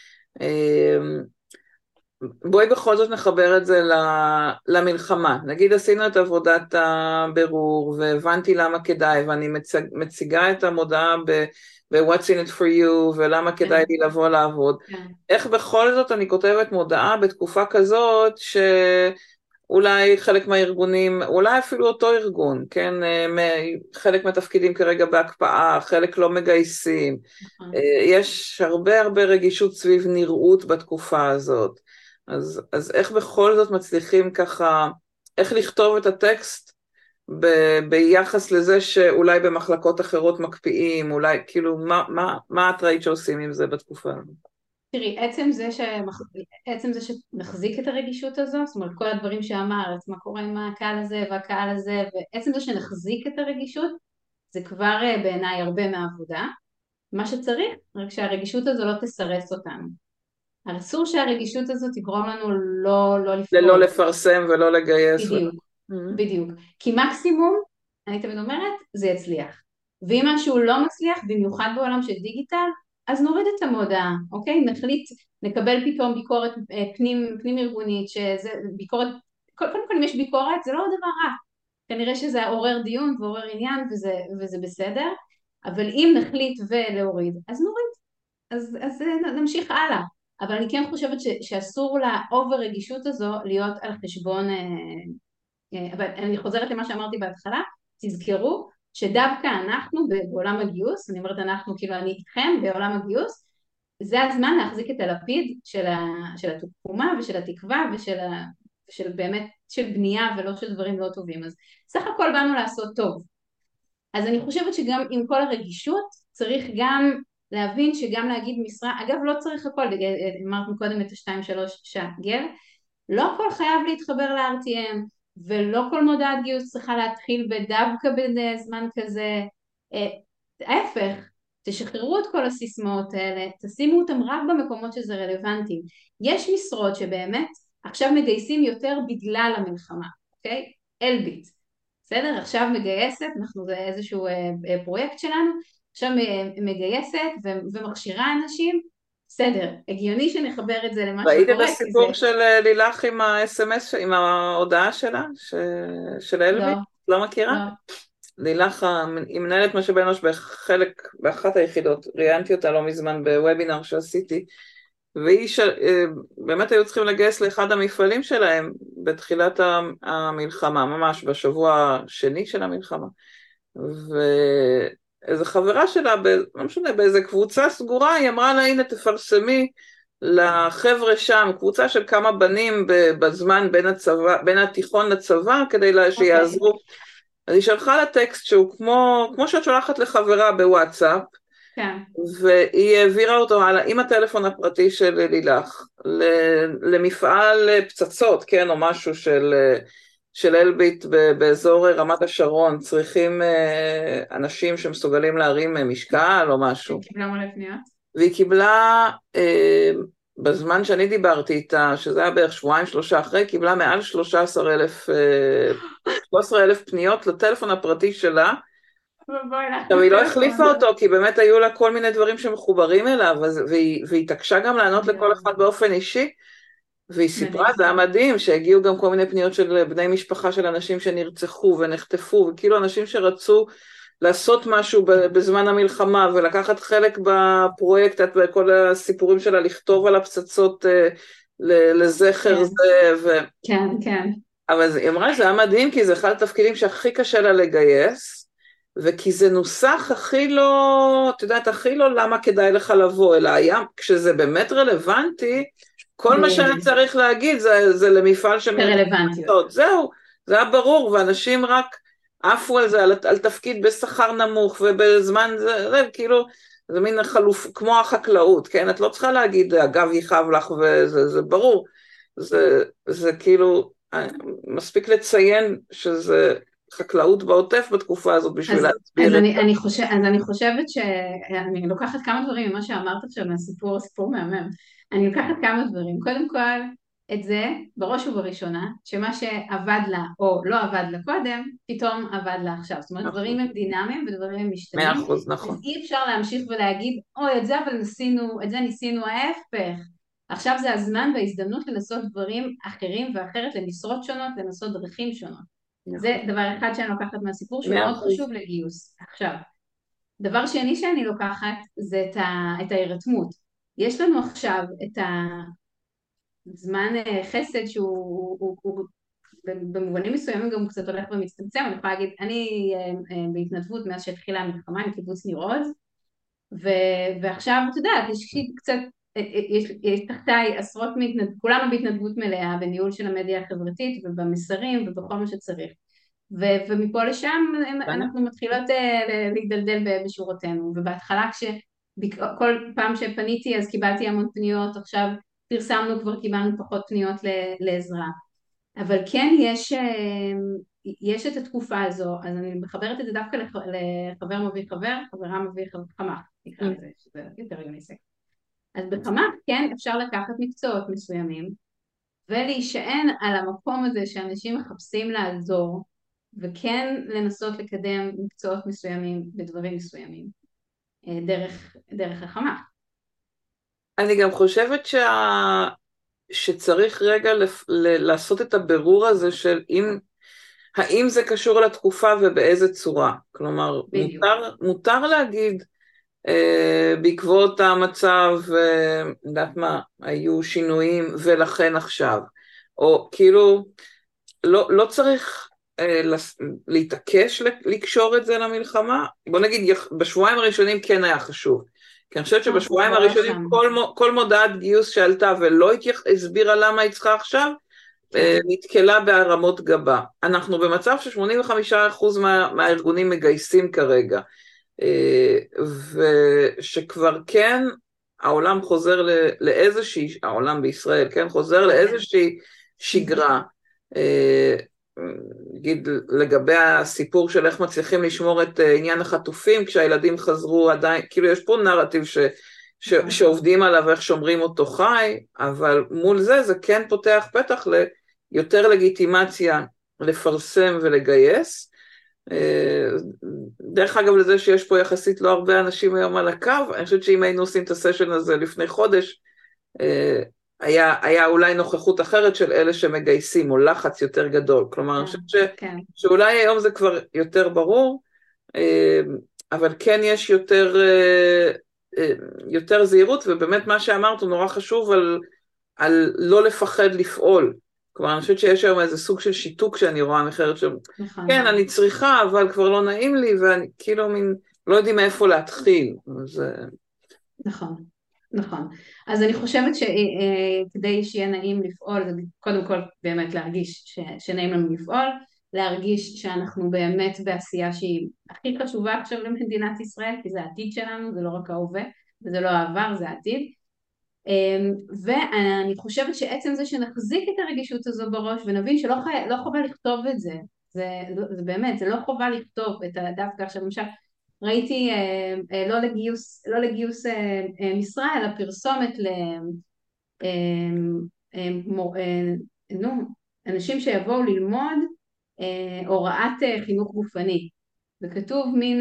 אמ, בואי בכל זאת נחבר את זה למלחמה. נגיד עשינו את עבודת הבירור, והבנתי למה כדאי, ואני מציגה את המודעה ב-What's in it for you, ולמה כן, כדאי לי לבוא לעבוד. כן, איך בכל זאת אני כותבת מודעה בתקופה כזאת, שאולי חלק מהארגונים, אולי אפילו אותו ארגון, כן, חלק מהתפקידים כרגע בהקפאה, חלק לא מגייסים. נכון. יש הרבה הרבה רגישות סביב נראות בתקופה הזאת. אז איך בכל זאת מצליחים ככה, איך לכתוב את הטקסט ביחס לזה שאולי במחלקות אחרות מקפיאים, אולי כאילו, מה את ראית שעושים עם זה בתקופה הזאת? תראי, עצם זה שנחזיק את הרגישות הזו, זאת אומרת כל הדברים שאמרת, מה קורה עם הקהל הזה והקהל הזה, ועצם זה שנחזיק את הרגישות, זה כבר בעיניי הרבה מהעבודה. מה שצריך, רק שהרגישות הזו לא תסרס אותנו. אסור שהרגישות הזו תגרום לנו לא ללא לפעול. לפרסם ולא לגייס. בדיוק, Mhm. בדיוק. כי מקסימום, אני תמיד אומרת, זה יצליח. ואם משהו לא מצליח, במיוחד בעולם של דיגיטל, אז נוריד את המודעה, אוקיי? נחליט, נקבל פתאום ביקורת פנים ארגונית, שזה ביקורת, קודם כל אם יש ביקורת זה לא דבר רע, כנראה שזה עורר דיון ועורר עניין וזה בסדר, אבל אם נחליט ולהוריד, אז נוריד, אז נמשיך הלאה. אבל אני כן חושבת שאסור לאובר רגישות הזו להיות על חשבון אבל אני חוזרת למה שאמרתי בהתחלה, תזכרו שדווקא אנחנו בעולם הגיוס, אני אומרת אנחנו כאילו אני איתכם בעולם הגיוס, זה הזמן להחזיק את הלפיד של התקומה ושל התקווה ושל באמת של בנייה ולא של דברים לא טובים. אז סך הכל באנו לעשות טוב. אז אני חושבת שגם עם כל הרגישות צריך גם להבין שגם להגיד משרה, אגב לא צריך הכל, אמרנו קודם את ה-2-3 שגר, לא הכל חייב להתחבר ל-RTM ולא כל מודעת גיוס צריכה להתחיל בדווקא בזמן כזה, ההפך, תשחררו את כל הסיסמאות האלה, תשימו אותם רק במקומות שזה רלוונטי. יש משרות שבאמת עכשיו מגייסים יותר בגלל המלחמה, אוקיי? אלביט, בסדר? עכשיו מגייסת, זה איזשהו פרויקט שלנו, עכשיו מגייסת ומכשירה אנשים, בסדר, הגיוני שנחבר את זה למה ראית את שקורה, כי זה הסיפור של לילך עם ה-SMS, עם ההודעה שלה, של לא, אלביט? לא מכירה? לא, לילך, היא מנהלת משאבי אנוש באחת היחידות, ראיינתי אותה לא מזמן בוובינר שעשיתי, באמת היו צריכים לגייס לאחד המפעלים שלהם בתחילת המלחמה, ממש בשבוע השני של המלחמה. ואיזו חברה שלה, לא משנה, באיזו קבוצה סגורה, היא אמרה לה, הנה תפרסמי לחבר'ה שם, קבוצה של כמה בנים בזמן בין התיכון לצבא, כדי אוקיי, שיעזרו. אז היא שלחה לה טקסט שהוא כמו שאת שולחת לחברה בוואטסאפ, כן, והיא העבירה אותו הלאה עם הטלפון הפרטי של לילך, למפעל פצצות, כן, או משהו של אלביט באזור רמת השרון, צריכים אנשים שמסוגלים להרים משקל או משהו. היא קיבלה מלא פניות. והיא קיבלה, בזמן שאני דיברתי איתה, שזה היה בערך שבועיים שלושה אחרי, קיבלה מעל 13,000 פניות לטלפון הפרטי שלה. עכשיו היא לא החליפה אותו, כי באמת היו לה כל מיני דברים שמחוברים אליו, והיא התעקשה גם לענות לכל אחד באופן אישי, והיא סיפרה, זה היה מדהים, שהגיעו גם כל מיני פניות של בני משפחה של אנשים שנרצחו ונחטפו, וכאילו אנשים שרצו לעשות משהו בזמן המלחמה, ולקחת חלק בפרויקט, בכל הסיפורים שלה, לכתוב על הפצצות לזכר זה, כן, כן. אבל היא אמרה, זה היה מדהים, כי זה אחד התפקידים שהכי קשה לה לגייס, וכי זה נוסח הכי לא, את יודעת, הכי לא למה כדאי לך לבוא, אלא היה, כשזה באמת רלוונטי, כל מה שהיה צריך להגיד זה למפעל רלוונטיות. זהו, זה היה ברור, ואנשים רק עפו על זה, על תפקיד בשכר נמוך, ובזמן זה כאילו, זה מין חלוף, כמו החקלאות, כן? את לא צריכה להגיד, אגב יכאב לך, וזה ברור, זה כאילו, מספיק לציין שזה חקלאות בעוטף בתקופה הזאת, בשביל להסביר את זה. אז אני חושבת שאני לוקחת כמה דברים ממה שאמרת עכשיו מהסיפור, סיפור מהמם. אני לוקחת כמה דברים. קודם כל, את זה בראש ובראשונה, שמה שעבד לה או לא עבד לה קודם, פתאום עבד לה עכשיו. זאת אומרת, נכון. דברים הם דינמיים ודברים הם מאה משתנים, אחוז, אז נכון. אי אפשר להמשיך ולהגיד, אוי, את זה אבל ניסינו, את זה ניסינו ההפך. עכשיו זה הזמן וההזדמנות לנסות דברים אחרים ואחרת, למשרות שונות, לנסות דרכים שונות. זה נכון. דבר אחד שאני לוקחת מהסיפור שהוא מאה מאוד אחוז. חשוב לגיוס. עכשיו, דבר שני שאני לוקחת זה את ההירתמות. יש לנו עכשיו את הזמן חסד שהוא במובנים מסוימים גם קצת הולך ומצטמצם. אני יכולה להגיד, אני בהתנדבות מאז שהתחילה המלחמה עם קיבוץ ניר עוז, ועכשיו את יודעת, יש קצת, יש תחתיי עשרות כולנו בהתנדבות מלאה בניהול של המדיה החברתית ובמסרים ובכל מה שצריך. ומפה לשם בסדר? אנחנו מתחילות להתדלדל בשורותינו, ובהתחלה כל פעם שפניתי אז קיבלתי המון פניות, עכשיו פרסמנו כבר קיבלנו פחות פניות לעזרה, אבל כן יש את התקופה הזו, אז אני מחברת את זה דווקא לחבר מביא חבר, חברה מביא חמך, נקרא Mm. לזה, שזה יותר יוניסק. אז בחמך כן אפשר לקחת מקצועות מסוימים, ולהישען על המקום הזה שאנשים מחפשים לעזור, וכן לנסות לקדם מקצועות מסוימים בדברים מסוימים, דרך החמך. אני גם חושבת שצריך רגע לעשות את הבירור הזה של האם זה קשור לתקופה ובאיזה צורה. כלומר, בדיוק. מותר להגיד, בעקבות המצב, יודעת מה, היו שינויים ולכן עכשיו. או כאילו, לא צריך להתעקש לקשור את זה למלחמה. בוא נגיד, בשבועיים הראשונים כן היה חשוב. כי אני חושבת אנחנו שבשבועיים כבר לא הראשונים שם. כל מודעת גיוס שעלתה ולא הסבירה למה היא צריכה עכשיו, כן. נתקלה בהרמות גבה. אנחנו במצב ש85% מהארגונים מגייסים כרגע, ושכבר כן העולם חוזר לאיזושהי, העולם בישראל, כן, חוזר כן. לאיזושהי שגרה. נגיד לגבי הסיפור של איך מצליחים לשמור את עניין החטופים כשהילדים חזרו עדיין, כאילו יש פה נרטיב נכון. שעובדים עליו איך שומרים אותו חי, אבל מול זה כן פותח פתח ליותר לגיטימציה לפרסם ולגייס. דרך אגב לזה שיש פה יחסית לא הרבה אנשים היום על הקו, אני חושבת שאם היינו עושים את הסשן הזה לפני חודש, היה אולי נוכחות אחרת של אלה שמגייסים, או לחץ יותר גדול. כלומר, אני כן. חושבת כן. שאולי היום זה כבר יותר ברור, אבל כן יש יותר זהירות, ובאמת מה שאמרת הוא נורא חשוב על לא לפחד לפעול. כלומר, אני חושבת שיש היום איזה סוג של שיתוק שאני רואה מחרת שם. נכון. כן, אני צריכה, אבל כבר לא נעים לי, ואני כאילו לא יודעים מאיפה להתחיל. אז... נכון. נכון. אז אני חושבת שכדי שיהיה נעים לפעול, זה קודם כל באמת להרגיש שנעים לנו לפעול, להרגיש שאנחנו באמת בעשייה שהיא הכי חשובה עכשיו למדינת ישראל, כי זה העתיד שלנו, זה לא רק ההווה, וזה לא העבר, זה העתיד. ואני חושבת שעצם זה שנחזיק את הרגישות הזו בראש ונבין שלא לא חובה לכתוב את זה, זה באמת, זה לא חובה לכתוב את הדווקא. עכשיו למשל ראיתי לא לגיוס משרה אלא פרסומת נו, אנשים שיבואו ללמוד הוראת חינוך גופני, וכתוב מין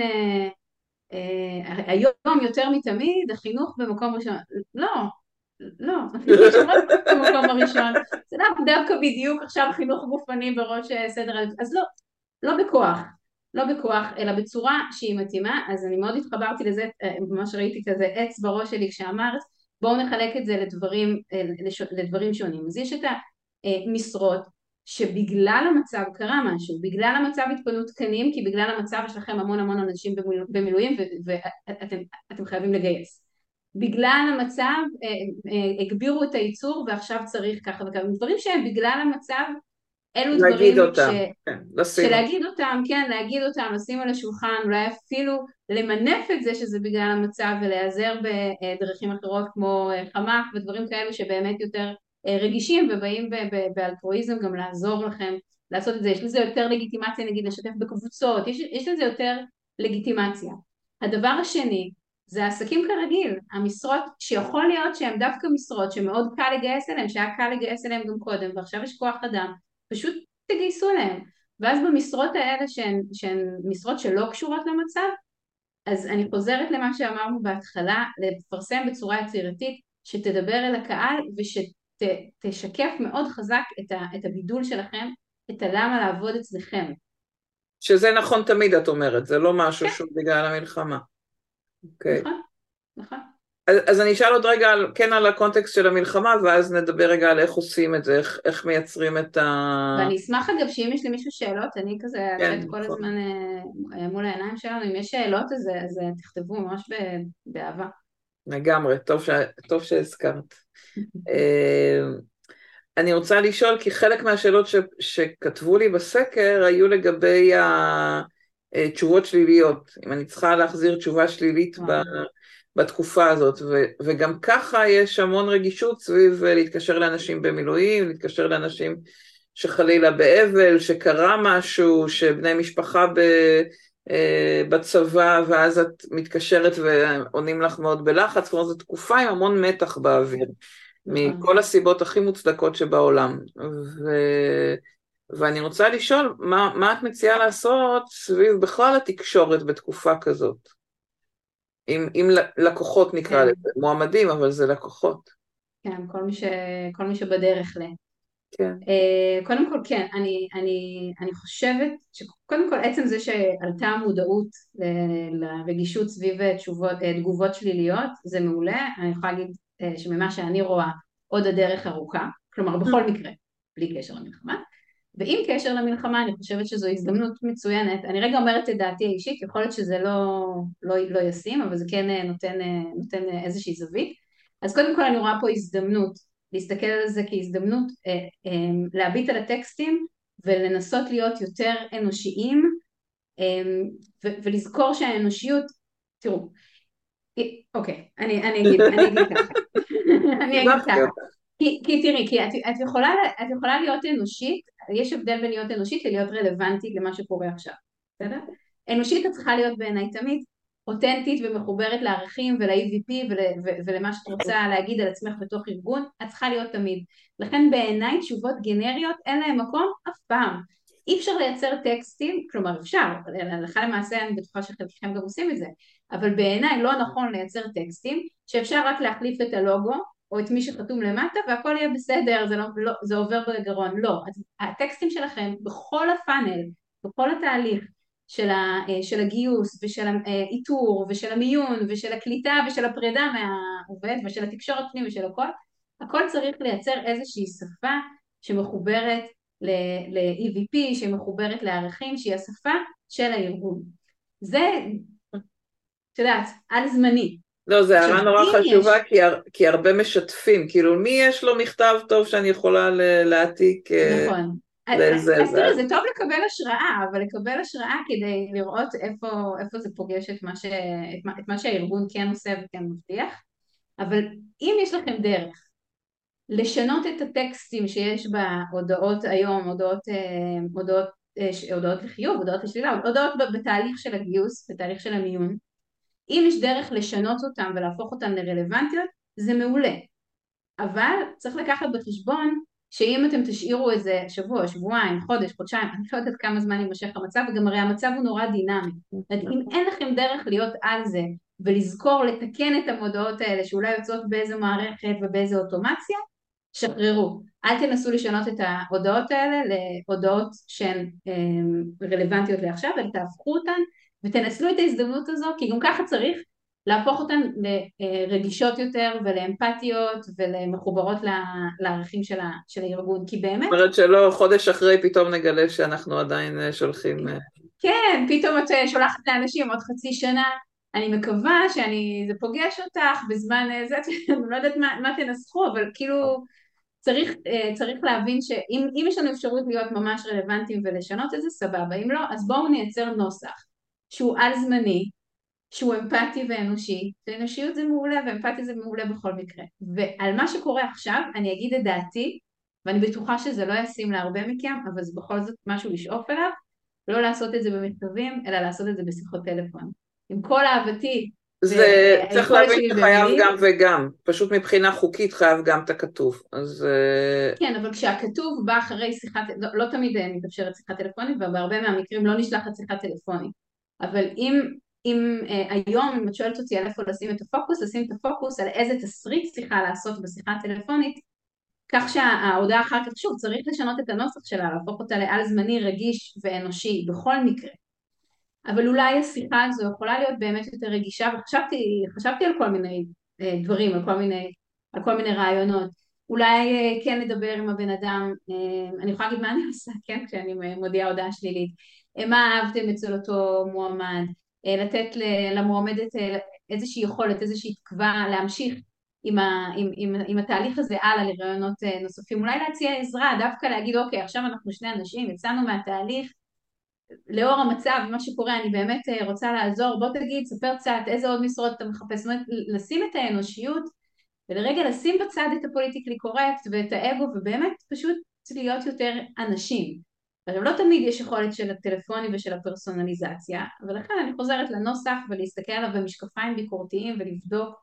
היום יותר מתמיד החינוך במקום ראשון. לא, לא, החינוך לא במקום הראשון, זה דווקא בדיוק עכשיו חינוך גופני בראש סדר, אז לא, לא בכוח, לא בכוח, אלא בצורה שהיא מתאימה. אז אני מאוד התחברתי לזה, ממש ראיתי כזה עץ בראש שלי כשאמרת, בואו נחלק את זה לדברים שונים. אז יש את המשרות שבגלל המצב קרה משהו, בגלל המצב התפנו תקנים, כי בגלל המצב יש לכם המון המון אנשים במילואים ואתם חייבים לגייס. בגלל המצב הגבירו את הייצור ועכשיו צריך ככה וככה, דברים שהם בגלל המצב, אלו להגיד דברים אותם, כן, לשים אותם. שלהגיד אותם, כן, להגיד אותם, לשים על השולחן, אולי אפילו למנף את זה שזה בגלל המצב ולהיעזר בדרכים אחרות כמו חמ"ק ודברים כאלו שבאמת יותר רגישים ובאים באלטרואיזם גם לעזור לכם לעשות את זה. יש לזה יותר לגיטימציה, נגיד לשתף בקבוצות, יש לזה יותר לגיטימציה. הדבר השני זה עסקים כרגיל, המשרות שיכול להיות שהן דווקא משרות שמאוד קל לגייס אליהן, שהיה קל לגייס אליהן גם קודם, ועכשיו יש כוח אדם, פשוט תגייסו אליהן. ואז במשרות האלה שהן משרות שלא קשורות למצב, אז אני חוזרת למה שאמרנו בהתחלה, לפרסם בצורה יצירתית, שתדבר אל הקהל ושתשקף מאוד חזק את הבידול שלכם, את הלמה לעבוד אצלכם. שזה נכון תמיד, את אומרת, זה לא משהו כן, שהוא בגלל המלחמה. אוקיי. נכון, נכון. אז אני אשאל עוד רגע כן על הקונטקסט של המלחמה, ואז נדבר רגע על איך עושים את זה, איך מייצרים את ה... ואני אשמח אגב שאם יש למישהו שאלות, אני כזה כן, הצ'אט כל נכון. הזמן מול העיניים שלנו, אם יש שאלות אז תכתבו ממש באהבה. לגמרי, טוב שהזכרת. אני רוצה לשאול, כי חלק מהשאלות שכתבו לי בסקר היו לגבי התשובות שליליות, אם אני צריכה להחזיר תשובה שלילית בתקופה הזאת, וגם ככה יש המון רגישות סביב להתקשר לאנשים במילואים, להתקשר לאנשים שחלילה באבל, שקרה משהו, שבני משפחה בצבא, ואז את מתקשרת ועונים לך מאוד בלחץ, כלומר זו תקופה עם המון מתח באוויר. מכל הסיבות הכי מוצדקות שבעולם. ואני רוצה לשאול, מה את מציעה לעשות סביב בכלל התקשורת בתקופה כזאת? עם לקוחות נקרא לזה, מועמדים, אבל זה לקוחות. כן, כל מי שבדרך כן. קודם כל כן, אני חושבת שקודם כל עצם זה שעלתה המודעות לרגישות סביב תגובות שליליות, זה מעולה. אני יכולה להגיד שממה שאני רואה עוד הדרך ארוכה, כלומר בכל מקרה, בלי קשר למלחמה, ועם קשר למלחמה אני חושבת שזו הזדמנות מצוינת. אני רגע אומרת את דעתי האישית, יכול להיות שזה לא ישים, אבל זה כן נותן איזושהי זווית. אז קודם כל אני רואה פה הזדמנות להסתכל על זה כהזדמנות להביט על הטקסטים ולנסות להיות יותר אנושיים ולזכור שהאנושיות, תראו, אוקיי, אני אגיד ככה, אני אגיד ככה, כי תראי, כי את יכולה להיות אנושית, יש הבדל בין להיות אנושית ולהיות רלוונטית למה שקורה עכשיו, בסדר? אנושית את צריכה להיות בעיניי תמיד אותנטית ומחוברת לערכים ול-EVP ולמה שאת רוצה להגיד על עצמך בתוך ארגון, את צריכה להיות תמיד. לכן בעיניי תשובות גנריות אין להם מקום אף פעם. אי אפשר לייצר טקסטים, כלומר אפשר, הלכה למעשה אני בטוחה שחלקכם גם עושים את זה, אבל בעיניי לא נכון לייצר טקסטים שאפשר רק להחליף את הלוגו או את מי שחתום למטה והכל יהיה בסדר, זה עובר בגרון. לא, הטקסטים שלכם בכל הפאנל, בכל התהליך של הגיוס ושל האיתור ושל המיון ושל הקליטה ושל הפרידה מהעובד ושל התקשורת פנים ושל הכל צריך לייצר איזושהי שפה שמחוברת ל-EVP, שמחוברת לערכים, שהיא השפה של הארגון. זה, את יודעת, על זמני. לא, זה הערה נורא חשובה, כי הרבה משתפים, כאילו מי יש לו מכתב טוב שאני יכולה להעתיק נכון. לזה. אז תראה, זה טוב לקבל השראה, אבל לקבל השראה כדי לראות איפה זה פוגש את מה שהארגון כן עושה וכן מבטיח. אבל אם יש לכם דרך לשנות את הטקסטים שיש בהודעות היום, הודעות לחיוב, הודעות לשלילה, הודעות בתהליך של הגיוס, בתהליך של המיון, אם יש דרך לשנות אותם ולהפוך אותם לרלוונטיות, זה מעולה. אבל צריך לקחת בחשבון שאם אתם תשאירו איזה שבוע, שבועיים, חודש, חודשיים, אני לא יודעת כמה זמן יימשך המצב, וגם הרי המצב הוא נורא דינמי. אם אין לכם דרך להיות על זה ולזכור לתקן את המודעות האלה שאולי יוצאות באיזו מערכת ובאיזו אוטומציה, שחררו. אל תנסו לשנות את ההודעות האלה להודעות שהן רלוונטיות לעכשיו, אלא תהפכו אותן ותנצלו את ההזדמנות הזו, כי גם ככה צריך להפוך אותן לרגישות יותר ולאמפתיות ולמחוברות לערכים של הארגון, כי באמת... זאת אומרת שלא חודש אחרי פתאום נגלה שאנחנו עדיין שולחים... כן, פתאום את שולחת לאנשים עוד חצי שנה, אני מקווה שזה פוגש אותך בזמן זה, אני לא יודעת מה תנסחו, אבל כאילו צריך להבין שאם יש לנו אפשרות להיות ממש רלוונטיים ולשנות את זה, סבבה, אם לא, אז בואו נייצר נוסח שהוא על זמני, שהוא אמפתי ואנושי, ואנושיות זה מעולה ואמפתי זה מעולה בכל מקרה. ועל מה שקורה עכשיו אני אגיד את דעתי, ואני בטוחה שזה לא ישים להרבה מכם, אבל זה בכל זאת משהו לשאוף אליו, לא לעשות את זה במכתבים, אלא לעשות את זה בשיחות טלפון. עם כל אהבתי זה צריך היכולת להבין שלי שחייב במילים. גם וגם, פשוט מבחינה חוקית חייב גם את הכתוב, אז כן, אבל כשהכתוב בא אחרי שיחת, לא תמיד מתאפשרת שיחה טלפונית, ובהרבה מהמקרים לא נשלחת שיחה טלפונית. אבל אם היום, אם את שואלת אותי על איפה לשים את הפוקוס, לשים את הפוקוס על איזה תסריט שיחה לעשות בשיחה הטלפונית, כך שההודעה אחר כך, שוב, צריך לשנות את הנוסח שלה, להפוך אותה לעל זמני, רגיש ואנושי בכל מקרה. אבל אולי השיחה הזו יכולה להיות באמת יותר רגישה, וחשבתי על כל מיני דברים, על כל מיני רעיונות. אולי כן לדבר עם הבן אדם, אני יכולה להגיד מה אני עושה, כן, כשאני מודיעה הודעה שלילית. מה אהבתם אצל אותו מועמד? לתת למועמדת איזושהי יכולת, איזושהי תקווה להמשיך עם התהליך הזה הלאה לרעיונות נוספים. אולי להציע עזרה, דווקא להגיד, אוקיי, עכשיו אנחנו שני אנשים, יצאנו מהתהליך, לאור המצב, מה שקורה, אני באמת רוצה לעזור, בוא תגיד, ספר קצת, איזה עוד משרות אתה מחפש, זאת אומרת, לשים את האנושיות, ולרגע לשים בצד את הפוליטיקלי קורקט ואת האגו, ובאמת פשוט להיות יותר אנשים. עכשיו, לא תמיד יש יכולת של הטלפונים ושל הפרסונליזציה, ולכן אני חוזרת לנוסח ולהסתכל עליו במשקפיים ביקורתיים ולבדוק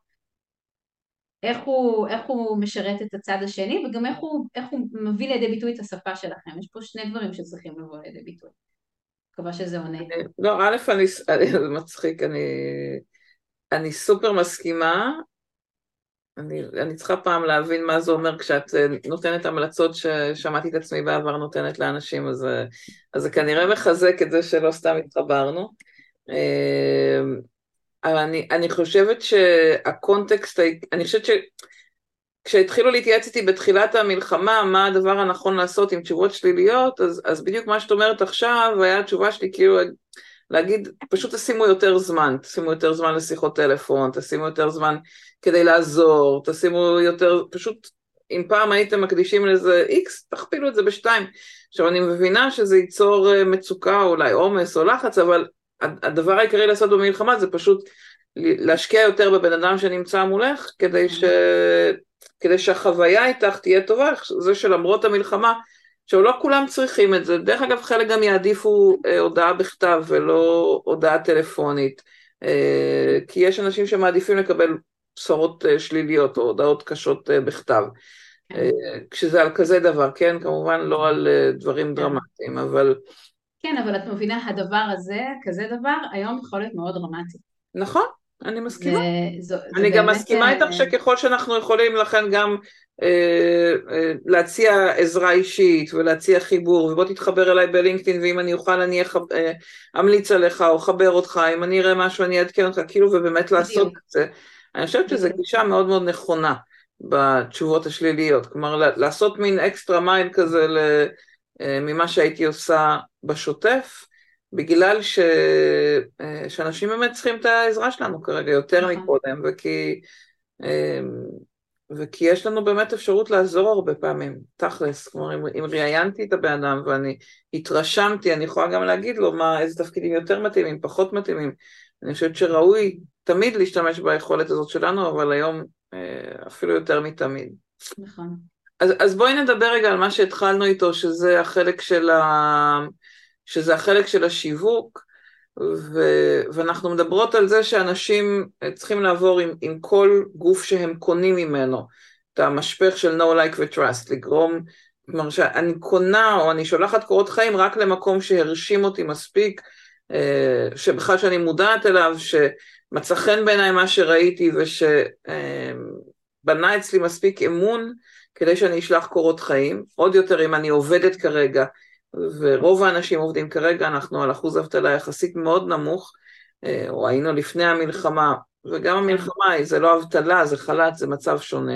איך הוא משרת את הצד השני, וגם איך הוא מביא לידי ביטוי את השפה שלכם. יש פה שני דברים שצריכים לבוא לידי ביטוי. מקווה שזה עונה. לא, א', זה מצחיק, אני סופר מסכימה, אני צריכה פעם להבין מה זה אומר כשאת נותנת המלצות ששמעתי את עצמי בעבר נותנת לאנשים, אז זה כנראה מחזק את זה שלא סתם התחברנו. אבל אני חושבת שהקונטקסט, אני חושבת כשהתחילו להתייעץ איתי בתחילת המלחמה, מה הדבר הנכון לעשות עם תשובות שליליות, אז בדיוק מה שאת אומרת עכשיו, היה התשובה שלי כאילו להגיד, פשוט תשימו יותר זמן לשיחות טלפון, תשימו יותר זמן כדי לעזור, תשימו יותר, פשוט, אם פעם הייתם מקדישים לזה X, תכפילו את זה בשתיים. עכשיו אני מבינה שזה ייצור מצוקה, אולי עומס או לחץ, אבל הדבר העיקרי לעשות במלחמה זה פשוט להשקיע יותר בבן אדם שנמצא מולך, כדי שהחוויה איתך תהיה טובה, זה שלמרות המלחמה, שלא כולם צריכים את זה, דרך אגב חלק גם יעדיפו הודעה בכתב ולא הודעה טלפונית, כי יש אנשים שמעדיפים לקבל בשורות שליליות או הודעות קשות בכתב, כשזה על כזה דבר, כן, כמובן לא על דברים דרמטיים, אבל... כן, אבל את מבינה, הדבר הזה, כזה דבר, היום יכול להיות מאוד דרמטי. נכון, אני מסכימה. זה אני גם באמת... מסכימה איתך שככל שאנחנו יכולים לכן גם להציע עזרה אישית ולהציע חיבור, ובוא תתחבר אליי בלינקדאין, ואם אני אוכל אני אמליץ עליך או חבר אותך, אם אני אראה משהו אני אעדכן אותך, כאילו ובאמת לעשות את זה. אני חושבת שזו גישה מאוד מאוד נכונה בתשובות השליליות, כלומר לעשות מין אקסטרה מייל כזה ממה שהייתי עושה בשוטף, בגלל שאנשים באמת צריכים את העזרה שלנו כרגע יותר מקודם, וכי יש לנו באמת אפשרות לעזור הרבה פעמים, תכלס, כלומר אם ראיינתי את הבן אדם ואני התרשמתי, אני יכולה גם להגיד לו איזה תפקידים יותר מתאימים, פחות מתאימים, אני חושבת שראוי תמיד להשתמש ביכולת הזאת שלנו, אבל היום אפילו יותר מתמיד. נכון. אז בואי נדבר רגע על מה שהתחלנו איתו, שזה החלק של השיווק, ואנחנו מדברות על זה שאנשים צריכים לעבור עם כל גוף שהם קונים ממנו, את המשפך של no like ו-trust, לגרום, כלומר שאני קונה או אני שולחת קורות חיים רק למקום שהרשים אותי מספיק, שבכלל שאני מודעת אליו, שמצא חן בעיניי מה שראיתי, ושבנה אצלי מספיק אמון, כדי שאני אשלח קורות חיים, עוד יותר אם אני עובדת כרגע, ורוב האנשים עובדים כרגע, אנחנו על אחוז אבטלה יחסית מאוד נמוך, או היינו לפני המלחמה, וגם המלחמה זה לא אבטלה, זה חל"ת, זה מצב שונה,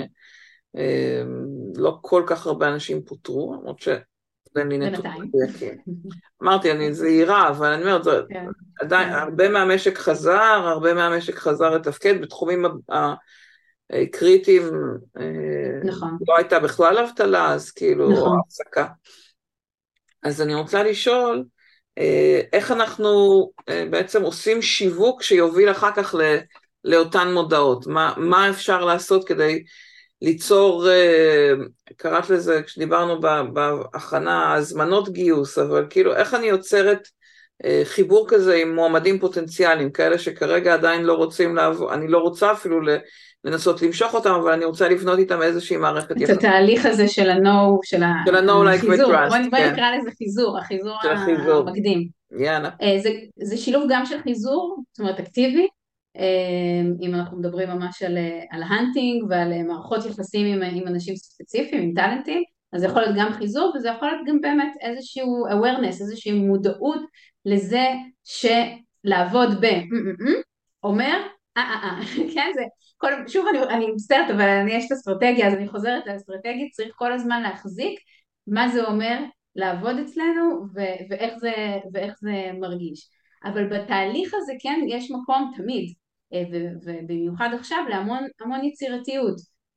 לא כל כך הרבה אנשים פוטרו, למרות שאין לי נתונים מדויקים. אמרתי, אני זהירה, אבל אני אומרת, עדיין, הרבה מהמשק חזר לתפקד, בתחומים קריטיים, לא הייתה בכלל אבטלה, אז כאילו, הפסקה. אז אני רוצה לשאול, איך אנחנו בעצם עושים שיווק שיוביל אחר כך לאותן מודעות? מה אפשר לעשות כדי ליצור, קראת לזה כשדיברנו בהכנה, הזמנות גיוס, אבל כאילו איך אני יוצרת חיבור כזה עם מועמדים פוטנציאליים, כאלה שכרגע עדיין לא רוצים לעבור, אני לא רוצה אפילו לנסות למשוך אותם, אבל אני רוצה לבנות איתם איזושהי מערכת את יחסים. התהליך הזה של ה-no, של של ה-no like החיזור, וtrust, בואי כן, נקרא לזה חיזור, החיזור של החיזור, המקדים. יאללה. זה שילוב גם של חיזור, זאת אומרת אקטיבי, אם אנחנו מדברים ממש על ההנטינג ועל מערכות יחסים עם אנשים ספציפיים, עם טלנטים, אז זה יכול להיות גם חיזור וזה יכול להיות גם באמת איזשהו awareness, איזושהי מודעות לזה שלעבוד אומר, כן, זה, שוב אני מצטערת, אבל יש את האסטרטגיה, אז אני חוזרת לאסטרטגיה, צריך כל הזמן להחזיק מה זה אומר לעבוד אצלנו ואיך זה מרגיש. אבל בתהליך הזה כן יש מקום תמיד, ובמיוחד עכשיו להמון יצירתיות.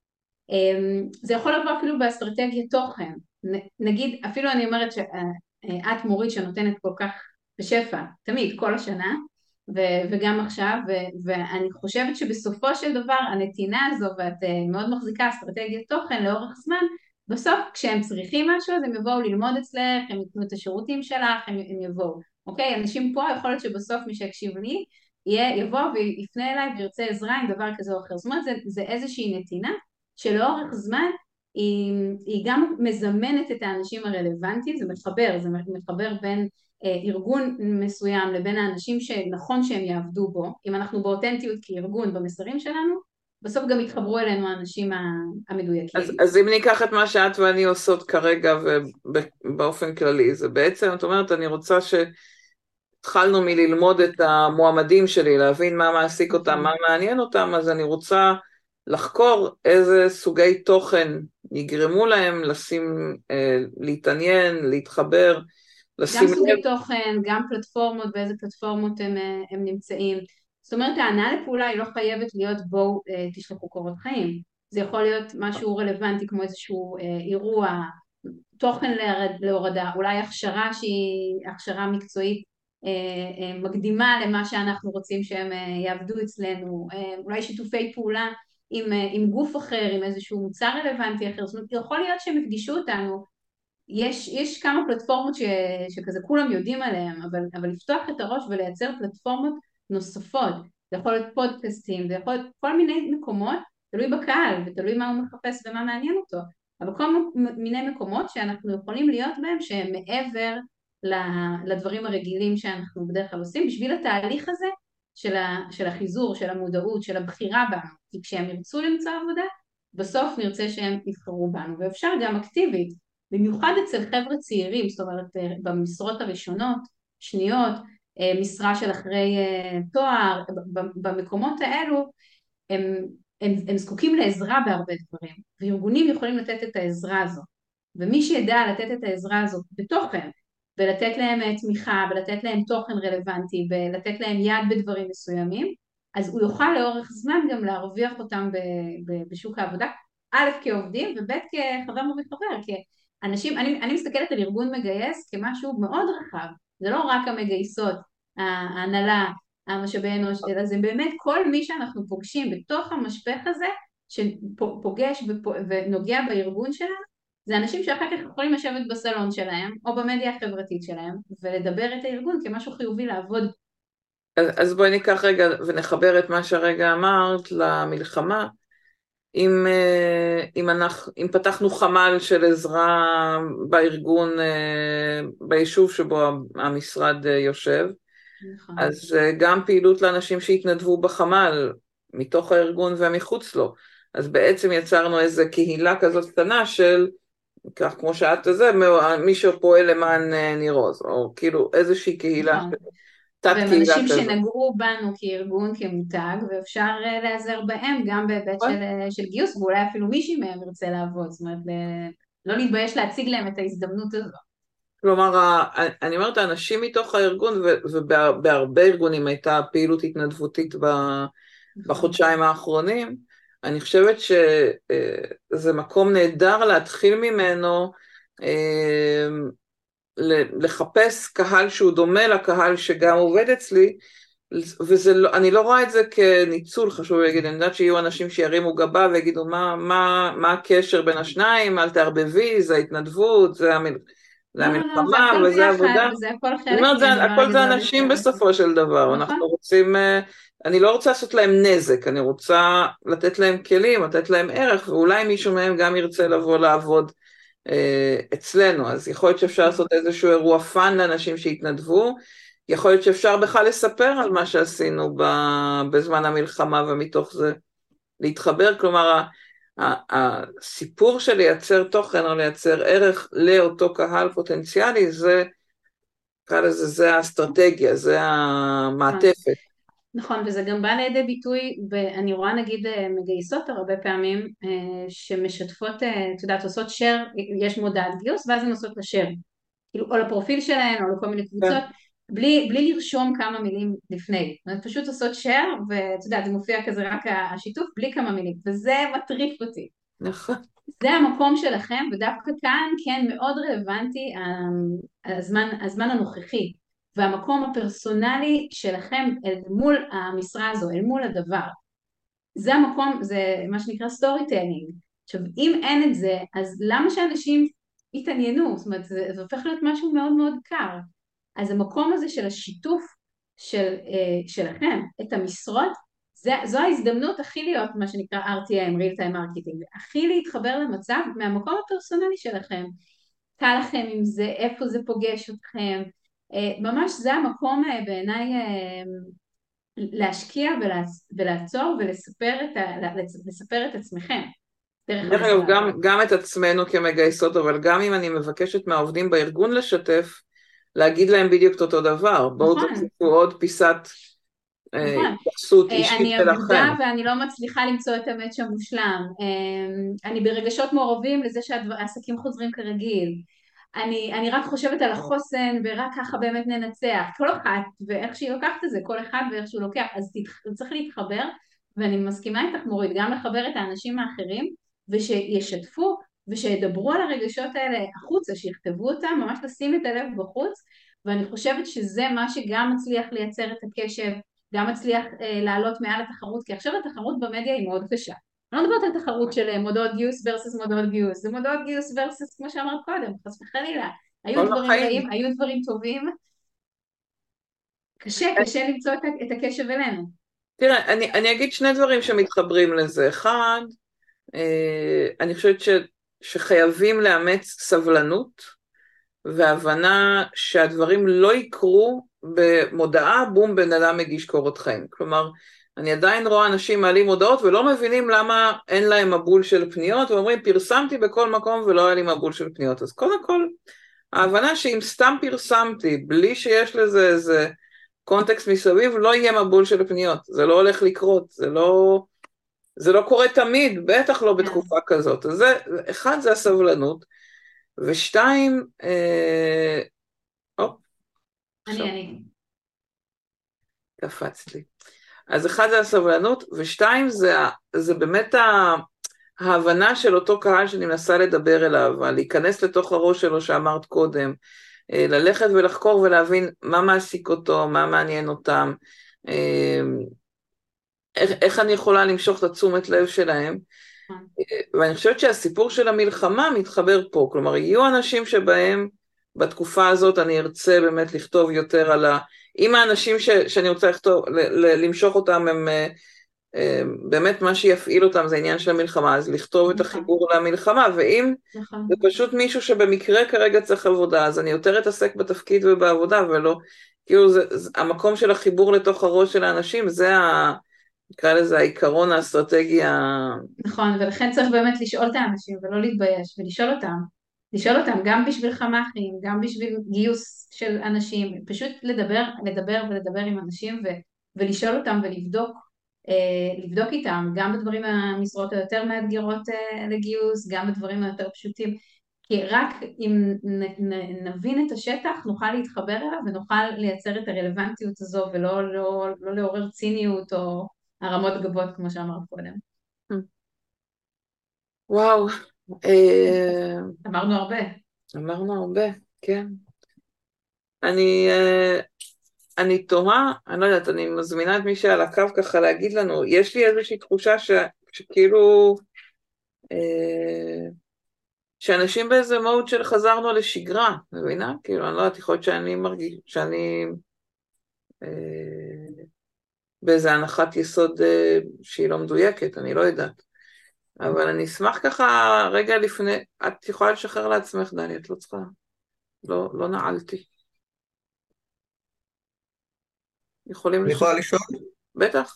זה יכול לבוא אפילו באסטרטגיית תוכן. נגיד, אפילו אני אומרת שאת מורית שנותנת כל כך בשפע, תמיד, כל השנה, וגם עכשיו, ואני חושבת שבסופו של דבר הנתינה הזו, ואת מאוד מחזיקה אסטרטגיית תוכן לאורך זמן, בסוף כשהם צריכים משהו אז הם יבואו ללמוד אצלך, הם ייתנו את השירותים שלך, הם יבואו. אוקיי? אנשים פה יכול להיות שבסוף מי שיקשיב לי יבוא ויפנה אליי וירצה עזרה עם דבר כזה או אחר. זאת אומרת זה איזושהי נתינה שלאורך זמן היא גם מזמנת את האנשים הרלוונטיים, זה מחבר בין ארגון מסוים לבין האנשים שנכון שהם יעבדו בו, אם אנחנו באותנטיות כארגון במסרים שלנו, בסוף גם יתחברו אלינו האנשים המדויקים. אז אם ניקח את מה שאת ואני עושות כרגע ובאופן כללי, זה בעצם, את אומרת, אני רוצה שהתחלנו מללמוד את המועמדים שלי, להבין מה מעסיק אותם, מה מעניין אותם, אז אני רוצה לחקור איזה סוגי תוכן יגרמו להם להתעניין, להתחבר, לשים גם לב. סוגי תוכן, גם פלטפורמות, באיזה פלטפורמות הם נמצאים. זאת אומרת, ההנאה לפעולה היא לא חייבת להיות בואו תשלחו קורות חיים. זה יכול להיות משהו רלוונטי כמו איזשהו אירוע, תוכן להורדה, אולי הכשרה שהיא הכשרה מקצועית מקדימה למה שאנחנו רוצים שהם יעבדו אצלנו, אולי שיתופי פעולה עם גוף אחר, עם איזשהו מוצר רלוונטי אחר. זאת אומרת, יכול להיות שהם יפגישו אותנו, יש כמה פלטפורמות שכזה כולם יודעים עליהן, אבל לפתוח את הראש ולייצר פלטפורמות נוספות, זה יכול להיות פודקאסטים, זה יכול להיות כל מיני מקומות, תלוי בקהל ותלוי מה הוא מחפש ומה מעניין אותו, אבל כל מיני מקומות שאנחנו יכולים להיות בהם שהם מעבר לדברים הרגילים שאנחנו בדרך כלל עושים, בשביל התהליך הזה של החיזור, של המודעות, של הבחירה בנו, כי כשהם ירצו למצוא עבודה, בסוף נרצה שהם יבחרו בנו, ואפשר גם אקטיבית, במיוחד אצל חבר'ה צעירים, זאת אומרת במשרות הראשונות, שניות, משרה של אחרי תואר, במקומות האלו הם זקוקים לעזרה בהרבה דברים, וארגונים יכולים לתת את העזרה הזו, ומי שידע לתת את העזרה הזו בתוכן, ולתת להם תמיכה, ולתת להם תוכן רלוונטי, ולתת להם יד בדברים מסוימים, אז הוא יוכל לאורך זמן גם להרוויח אותם בשוק העבודה, א' כעובדים וב' כחבר מוביל חבר, כאנשים, אני מסתכלת על ארגון מגייס כמשהו מאוד רחב, זה לא רק המגייסות, ההנהלה, המשאבי אנוש, אלא זה באמת כל מי שאנחנו פוגשים בתוך המשפך הזה, שפוגש ונוגע בארגון שלנו, זה אנשים שאחר כך יכולים לשבת בסלון שלהם, או במדיה החברתית שלהם, ולדבר את הארגון כמשהו חיובי לעבוד. אז בואי ניקח רגע ונחבר את מה שהרגע אמרת למלחמה. אם פתחנו חמ"ל של עזרה בארגון, ביישוב שבו המשרד יושב, נכון. אז גם פעילות לאנשים שהתנדבו בחמ"ל, מתוך הארגון ומחוץ לו. אז בעצם יצרנו איזו קהילה כזאת קטנה של, כך כמו שאת זה, מי שפועל למען ניר עוז, או כאילו איזושהי קהילה, נכון. תת והם קהילה אנשים כזאת. שנגעו בנו כארגון, כמותג, ואפשר להיעזר בהם גם בהיבט של גיוס, ואולי אפילו מישהי מהם ירצה לעבוד, זאת אומרת, לא להתבייש להציג להם את ההזדמנות הזו. כלומר, אני אומרת, האנשים מתוך הארגון, ובהרבה ארגונים הייתה פעילות התנדבותית בחודשיים האחרונים, אני חושבת שזה מקום נהדר להתחיל ממנו, לחפש קהל שהוא דומה לקהל שגם עובד אצלי, ואני לא רואה את זה כניצול, חשוב להגיד, אני יודעת שיהיו אנשים שירימו גבה ויגידו מה הקשר בין השניים, אל תערבבי, זה ההתנדבות, לא, לא, לא, זה המלחמה הכל וזה ביחד, עבודה. וזה הכל זאת חלק אומרת, מהדבר הכל זה הגדול אנשים שאפשר לעשות. בסופו של דבר, נכון, אנחנו רוצים, אני לא רוצה לעשות להם נזק, אני רוצה לתת להם כלים, לתת להם ערך, ואולי מישהו מהם גם ירצה לבוא לעבוד אצלנו, אז יכול להיות שאפשר נכון. לעשות איזשהו אירוע פאן לאנשים שהתנדבו, יכול להיות שאפשר בכלל לספר על מה שעשינו בזמן המלחמה, ומתוך זה להתחבר, כלומר, הסיפור של לייצר תוכן או לייצר ערך לאותו קהל פוטנציאלי, זה, נקרא לזה, זה האסטרטגיה, זה נכון. המעטפת. נכון, וזה גם בא לידי ביטוי, ואני רואה נגיד מגייסות הרבה פעמים שמשתפות, את יודעת, עושות share, יש מודעת גיוס, ואז הן עושות לה share, כאילו, או לפרופיל שלהן, או לכל מיני כן, קבוצות, בלי לרשום כמה מילים לפני. זאת אומרת, פשוט עושות share, ואת יודעת, זה מופיע כזה רק השיתוף, בלי כמה מילים, וזה מטריף אותי. נכון. זה המקום שלכם, ודווקא כאן כן מאוד רלוונטי הזמן הנוכחי, והמקום הפרסונלי שלכם אל מול המשרה הזו, אל מול הדבר. זה המקום, זה מה שנקרא סטורי טיילינג. עכשיו, אם אין את זה, אז למה שאנשים יתעניינו? זאת אומרת, זה הופך להיות משהו מאוד מאוד קר. אז המקום הזה של השיתוף שלכם, את המשרות, זו ההזדמנות הכי להיות מה שנקרא RTM, real time marketing, הכי להתחבר למצב מהמקום הפרסונלי שלכם. קל לכם עם זה, איפה זה פוגש אתכם, ממש זה המקום בעיניי להשקיע ולעצור ולספר את עצמכם דרך דרך אגב, המשרה הזאת. גם את עצמנו כמגייסות, אבל גם אם אני מבקשת מהעובדים בארגון לשתף, להגיד להם בדיוק את אותו דבר, בואו נכון, תוסיפו עוד פיסת נכון. התייחסות אישית אני שלכם. אבודה ואני לא מצליחה למצוא את המאץ' המושלם. אני ברגשות מעורבים לזה שהעסקים חוזרים כרגיל. אני רק חושבת על החוסן ורק ככה באמת ננצח. כל אחת ואיך שהיא לוקחת את זה, כל אחד ואיך שהוא לוקח, אז צריך להתחבר, ואני מסכימה איתך מורית, גם לחבר את האנשים האחרים ושישתפו ושידברו על הרגשות האלה החוצה, שיכתבו אותם, ממש לשים את הלב בחוץ, ואני חושבת שזה מה שגם מצליח לייצר את הקשב, גם מצליח לעלות מעל התחרות, כי עכשיו התחרות במדיה היא מאוד קשה. אני לא מדברת על תחרות של מודעות גיוס versus מודעות גיוס, זה מודעות גיוס versus כמו שאמרת קודם, חס וחלילה, היו כל דברים החיים. רעים, היו דברים טובים, קשה למצוא את הקשב אלינו. תראה, אני אגיד שני דברים שמתחברים לזה. אחד, אני חושבת שחייבים לאמץ סבלנות, והבנה שהדברים לא יקרו במודעה, בום, בן אדם מגיש קורות חיים. כלומר, אני עדיין רואה אנשים מעלים מודעות ולא מבינים למה אין להם מבול של פניות, ואומרים, פרסמתי בכל מקום ולא היה לי מבול של פניות. אז קודם כל, ההבנה שאם סתם פרסמתי, בלי שיש לזה איזה קונטקסט מסביב, לא יהיה מבול של פניות. זה לא הולך לקרות, זה לא קורה תמיד, בטח לא כן, בתקופה כזאת. אז זה, אחד, זה הסבלנות, ושתיים, הופ, עכשיו אני. קפץ לי. אז אחד זה הסבלנות, ושתיים זה באמת ההבנה של אותו קהל שאני מנסה לדבר אליו, להיכנס לתוך הראש שלו שאמרת קודם, ללכת ולחקור ולהבין מה מעסיק אותו, מה מעניין אותם, איך אני יכולה למשוך את התשומת לב שלהם, ואני חושבת שהסיפור של המלחמה מתחבר פה, כלומר יהיו אנשים שבהם בתקופה הזאת אני ארצה באמת לכתוב יותר על אם האנשים שאני רוצה למשוך אותם הם באמת מה שיפעיל אותם זה עניין של המלחמה, אז לכתוב את נכון, החיבור למלחמה, ואם נכון. זה פשוט מישהו שבמקרה כרגע צריך עבודה, אז אני יותר אתעסק בתפקיד ובעבודה, ולא, כאילו המקום של החיבור לתוך הראש של האנשים, זה נקרא לזה העיקרון האסטרטגי נכון, ולכן צריך באמת לשאול את האנשים ולא להתבייש, ולשאול אותם. לשאול אותם גם בשביל חמ"כים, גם בשביל גיוס של אנשים, פשוט לדבר ולדבר עם אנשים ולשאול אותם ולבדוק לבדוק איתם, גם בדברים המשרות היותר מאתגרות לגיוס, גם בדברים היותר פשוטים, כי רק אם נבין את השטח נוכל להתחבר אליו ונוכל לייצר את הרלוונטיות הזו ולא לא לעורר ציניות או הרמות גבות כמו שאמרת קודם. וואו, אמרנו הרבה. אמרנו הרבה, כן. אני, אני תוהה, אני לא יודעת, אני מזמינה את מי שעל הקו ככה להגיד לנו, יש לי איזושהי תחושה שכאילו, שאנשים באיזה מוד של חזרנו לשגרה, מבינה? כאילו, אני לא יודעת, יכול להיות שאני מרגיש, שאני אה, באיזה הנחת יסוד שהיא לא מדויקת, אני לא יודעת. אבל אני אשמח ככה רגע לפני, את יכולה לשחרר לעצמך, דני, את לא צריכה, לא נעלתי. יכולים אני לשחרר, יכולה לשאול? בטח.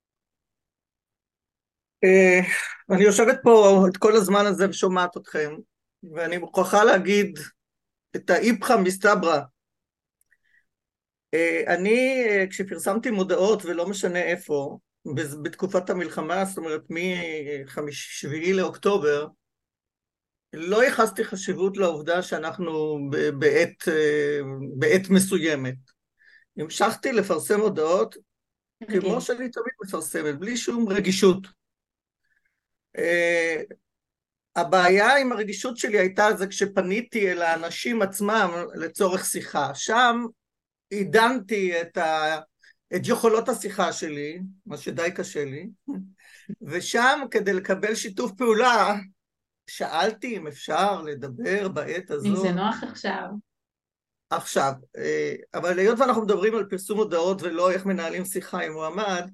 אה, אני יושבת פה את כל הזמן הזה ושומעת אתכם, ואני מוכרחה להגיד את האיפכא מסתברא. כשפרסמתי מודעות, ולא משנה איפה, בתקופת המלחמה, זאת אומרת מ-7 לאוקטובר, לא ייחסתי חשיבות לעובדה שאנחנו בעת מסוימת. המשכתי לפרסם הודעות כמו רגיל. שאני תמיד מפרסמת, בלי שום רגישות. הבעיה עם הרגישות שלי הייתה זה כשפניתי אל האנשים עצמם לצורך שיחה. שם עידנתי את יכולות השיחה שלי, מה שדי קשה לי, ושם כדי לקבל שיתוף פעולה, שאלתי אם אפשר לדבר בעת אם זה הזאת. נוח עכשיו. עכשיו, אבל היות ואנחנו מדברים על פרסום הודעות ולא איך מנהלים שיחה עם מועמד,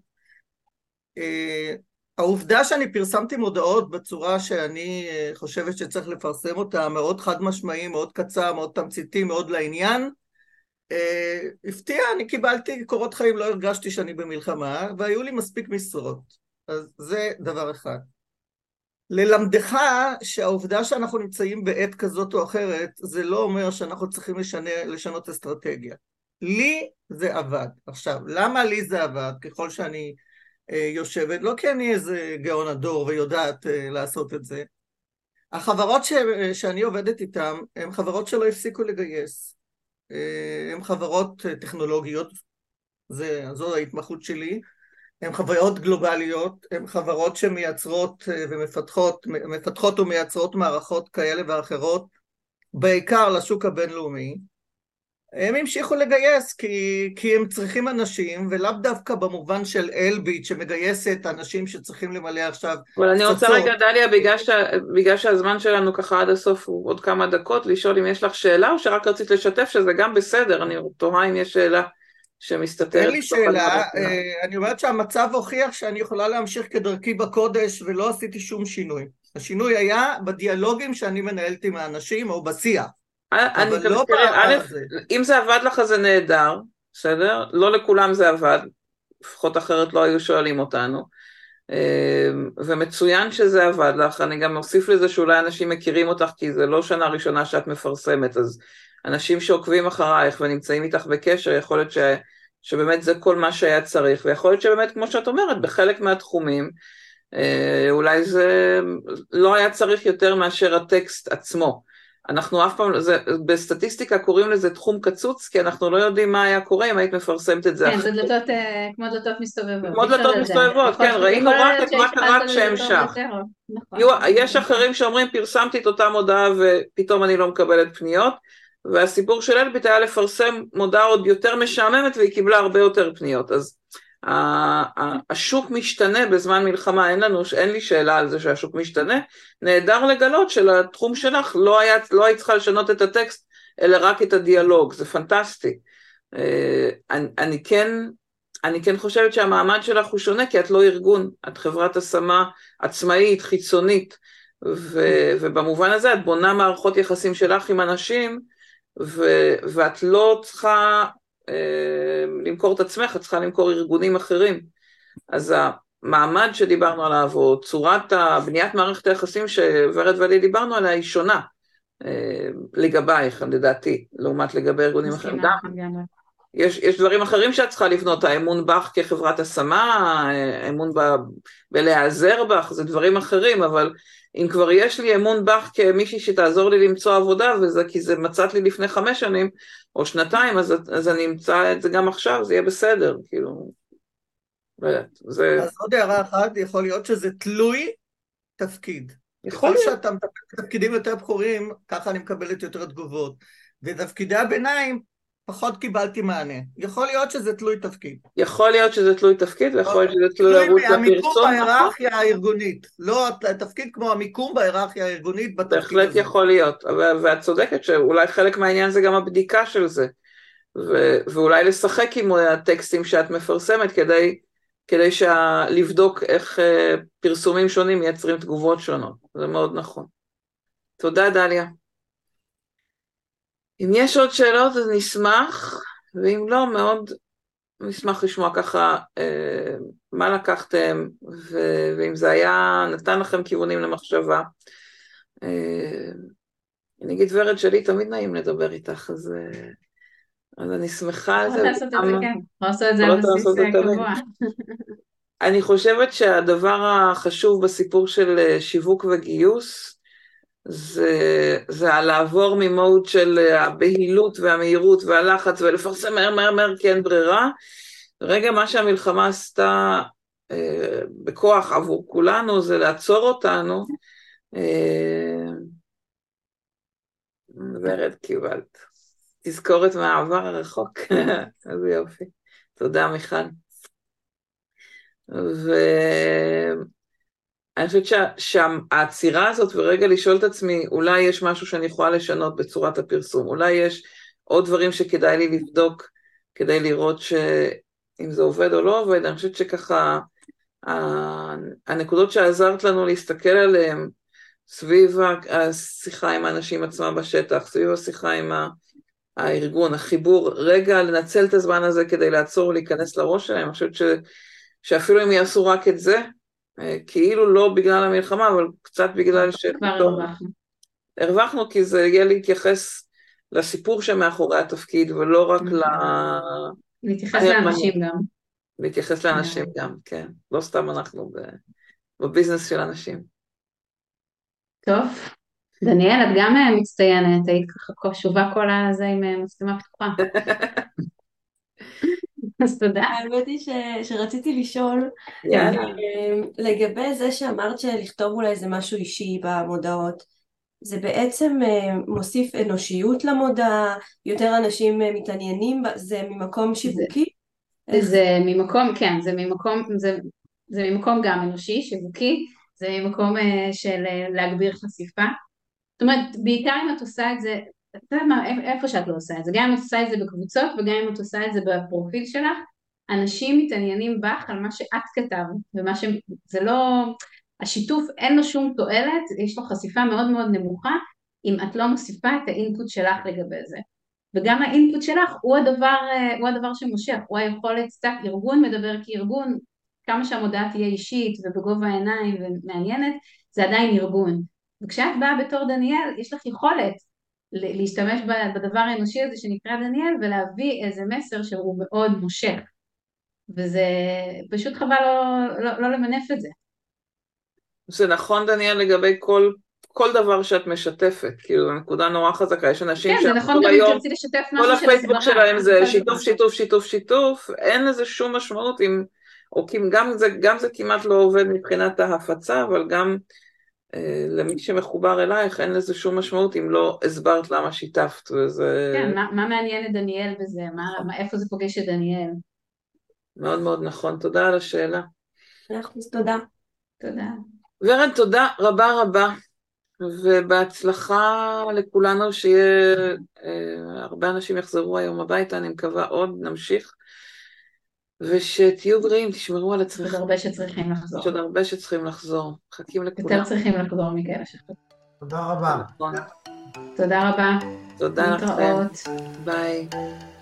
העובדה שאני פרסמתי מודעות בצורה שאני חושבת שצריך לפרסם אותה, מאוד חד משמעי, מאוד קצר, מאוד תמציתי, מאוד לעניין, הפתיע, אני קיבלתי קורות חיים, לא הרגשתי שאני במלחמה, והיו לי מספיק משרות. אז זה דבר אחד. ללמדך שהעובדה שאנחנו נמצאים בעת כזאת או אחרת, זה לא אומר שאנחנו צריכים לשנות אסטרטגיה. לי זה עבד. עכשיו, למה לי זה עבד? ככל שאני יושבת, לא כי אני איזה גאון הדור ויודעת לעשות את זה. החברות שאני עובדת איתן, הן חברות שלא הפסיקו לגייס. הן חברות טכנולוגיות, זו ההתמחות שלי. הן חברות גלובליות, הן חברות שמייצרות ומפתחות ומייצרות מערכות כאלה ואחרות, בעיקר לשוק הבינלאומי. הם המשיכו לגייס כי הם צריכים אנשים, ולאו דווקא במובן של אלביט שמגייסת אנשים שצריכים למלא עכשיו אבל אני רוצה פצצות. רגע, דליה, בגלל שהזמן שלנו ככה עד הסוף הוא עוד כמה דקות, לשאול אם יש לך שאלה, או שרק רצית לשתף שזה גם בסדר, אני תוהה אם יש שאלה שמסתתרת. אין לי שאלה, אני אומרת שהמצב הוכיח שאני יכולה להמשיך כדרכי בקודש, ולא עשיתי שום שינוי. השינוי היה בדיאלוגים שאני מנהלת עם האנשים, או בשיח. אבל לא בזה. אם זה עבד לך זה נהדר, בסדר? לא לכולם זה עבד, לפחות אחרת לא היו שואלים אותנו, ומצוין שזה עבד לך. אני גם מוסיף לזה שאולי אנשים מכירים אותך, כי זה לא שנה ראשונה שאת מפרסמת, אז אנשים שעוקבים אחרייך ונמצאים איתך בקשר, יכול להיות שבאמת זה כל מה שהיה צריך, ויכול להיות שבאמת, כמו שאת אומרת, בחלק מהתחומים, אולי זה לא היה צריך יותר מאשר הטקסט עצמו. אנחנו אף פעם, בסטטיסטיקה קוראים לזה תחום קצוץ, כי אנחנו לא יודעים מה היה קורה אם היית מפרסמת את זה. כן, זה דלתות, כמו דלתות מסתובבות. כמו דלתות מסתובבות, כן, ראינו רק את מה קרה כשהמשך. יש אחרים שאומרים, פרסמתי את אותה מודעה ופתאום אני לא מקבלת פניות, והסיפור של אלביט היה לפרסם מודעה עוד יותר משעממת, והיא קיבלה הרבה יותר פניות. אז השוק משתנה בזמן מלחמה, אין לי שאלה על זה שהשוק משתנה, נהדר לגלות שלתחום שלך לא היית צריכה לשנות את הטקסט, אלא רק את הדיאלוג, זה פנטסטי. אני כן חושבת שהמעמד שלך הוא שונה, כי את לא ארגון, את חברת השמה עצמאית, חיצונית, ובמובן הזה את בונה מערכות יחסים שלך עם אנשים, ואת לא צריכה למכור את עצמך, את צריכה למכור ארגונים אחרים. אז המעמד שדיברנו עליו, או צורת בניית מערכת היחסים שוורד ואלי דיברנו עליה, היא שונה לגבייך, לדעתי, לעומת לגבי ארגונים אחרים. יש דברים אחרים שאת צריכה לבנות, האמון בך כחברת השמה, אמון בלהיעזר בך, זה דברים אחרים, אבל אם כבר יש לי אמון בך כמישהי שתעזור לי למצוא עבודה, וזה כי זה מצאת לי לפני 5 שנים, או 2, אז אני אמצא את זה גם עכשיו, זה יהיה בסדר, כאילו. אז עוד הערה אחת, יכול להיות שזה תלוי תפקיד. ככל שאתה מטפל בתפקידים יותר בכירים, ככה אני מקבלת יותר תגובות. ותפקידי הביניים, פחות קיבלתי מענה. יכול להיות שזה תלוי תפקיד. יכול להיות שזה תלוי תפקיד, ויכול להיות שזה תלוי ערוץ המיקום הפרסום, נכון? בהיררכיה הארגונית. לא התפקיד כמו המיקום בהיררכיה הארגונית בתפקיד הזה. בהחלט יכול להיות, ואת צודקת שאולי חלק מהעניין זה גם הבדיקה של זה, ואולי לשחק עם הטקסטים שאת מפרסמת כדי לבדוק איך פרסומים שונים מייצרים תגובות שונות. זה מאוד נכון. תודה דליה. אם יש עוד שאלות אז נשמח, ואם לא מאוד נשמח לשמוע ככה מה לקחתם, ואם זה היה נתן לכם כיוונים למחשבה. אני אגיד ורד שלי תמיד נעים לדבר איתך, אז אני שמחה על זה. יכולת לעשות את זה, כן. לעשות את זה על בסיס קבוע. אני חושבת שהדבר החשוב בסיפור של שיווק וגיוס, זה לעבור ממוד של הבהילות והמהירות והלחץ ולפרסם מהר מהר מהר כי אין ברירה. רגע מה שהמלחמה עשתה בכוח עבור כולנו זה לעצור אותנו. ורד קיבלת. תזכורת מהעבר הרחוק. אז יופי. תודה מיכל. אני חושבת שהעצירה הזאת ורגע לשאול את עצמי, אולי יש משהו שאני יכולה לשנות בצורת הפרסום, אולי יש עוד דברים שכדאי לי לבדוק כדי לראות שאם זה עובד או לא עובד. אני חושבת שככה הנקודות שעזרת לנו להסתכל עליהן סביב השיחה עם האנשים עצמם בשטח, סביב השיחה עם הארגון, החיבור, רגע לנצל את הזמן הזה כדי לעצור ולהיכנס לראש שלהם. אני חושבת שאפילו אם יעשו רק את זה, כאילו לא בגלל המלחמה, אבל קצת בגלל כבר הרווחנו, כי זה יהיה להתייחס לסיפור שמאחורי התפקיד, ולא רק להתייחס לאנשים גם. להתייחס לאנשים גם, כן. לא סתם אנחנו בביזנס של אנשים. טוב. דניאל, את גם מצטיינת, היית ככה קשובה כל הזה עם מצלמה פתוחה. אז תודה. האמת היא שרציתי לשאול לגבי זה שאמרת שלכתוב אולי איזה משהו אישי במודעות, זה בעצם מוסיף אנושיות למודעה, יותר אנשים מתעניינים, זה ממקום שיווקי? זה ממקום, כן, זה ממקום גם אנושי, שיווקי, זה ממקום של להגביר חשיפה. זאת אומרת, בעיקר אם את עושה את זה, אתה יודע מה, איפה שאת לא עושה את זה, גם אם את עושה את זה בקבוצות וגם אם את עושה את זה בפרופיל שלך, אנשים מתעניינים בך על מה שאת כתבת, ומה שזה לא, השיתוף אין לו שום תועלת, יש לו חשיפה מאוד מאוד נמוכה, אם את לא מוסיפה את האינפוט שלך לגבי זה. וגם האינפוט שלך הוא הדבר שמושך, הוא היכולת, ארגון מדבר כארגון, כמה שהמודעה תהיה אישית ובגובה העיניים ומעניינת, זה עדיין ארגון. וכשאת באה בתור דניאל, יש לך יכולת להשתמש בדבר האנושי הזה שנקרא דניאל, ולהביא איזה מסר שהוא מאוד מושך. וזה פשוט חבל לא למנף את זה. זה נכון דניאל לגבי כל דבר שאת משתפת, כאילו זו נקודה נורא חזקה, יש אנשים כן, זה נכון גם אם תרצי לשתף משהו של הסברה. כל הפייסבוק שלהם זה שיתוף, שיתוף, שיתוף, שיתוף, אין לזה שום משמעות, או גם זה כמעט לא עובד מבחינת ההפצה, אבל גם למי שמחובר אלייך אין לזה שום משמעות אם לא הסברת למה שיתפת. כן, מה מעניין את דניאל בזה? איפה זה פוגש את דניאל? מאוד מאוד נכון, תודה על השאלה. תודה. תודה. ורד, תודה רבה רבה, ובהצלחה לכולנו, שיהיה הרבה אנשים יחזרו היום הביתה, אני מקווה עוד, נמשיך, ושתהיו בריאים, תשמרו על עצמכם. יש עוד הרבה שצריכים לחזור. יש עוד הרבה שצריכים לחזור, חכים לכולם. יותר צריכים לחזור מכאלה שחזור. תודה רבה. תודה רבה. תודה לכם. ביי.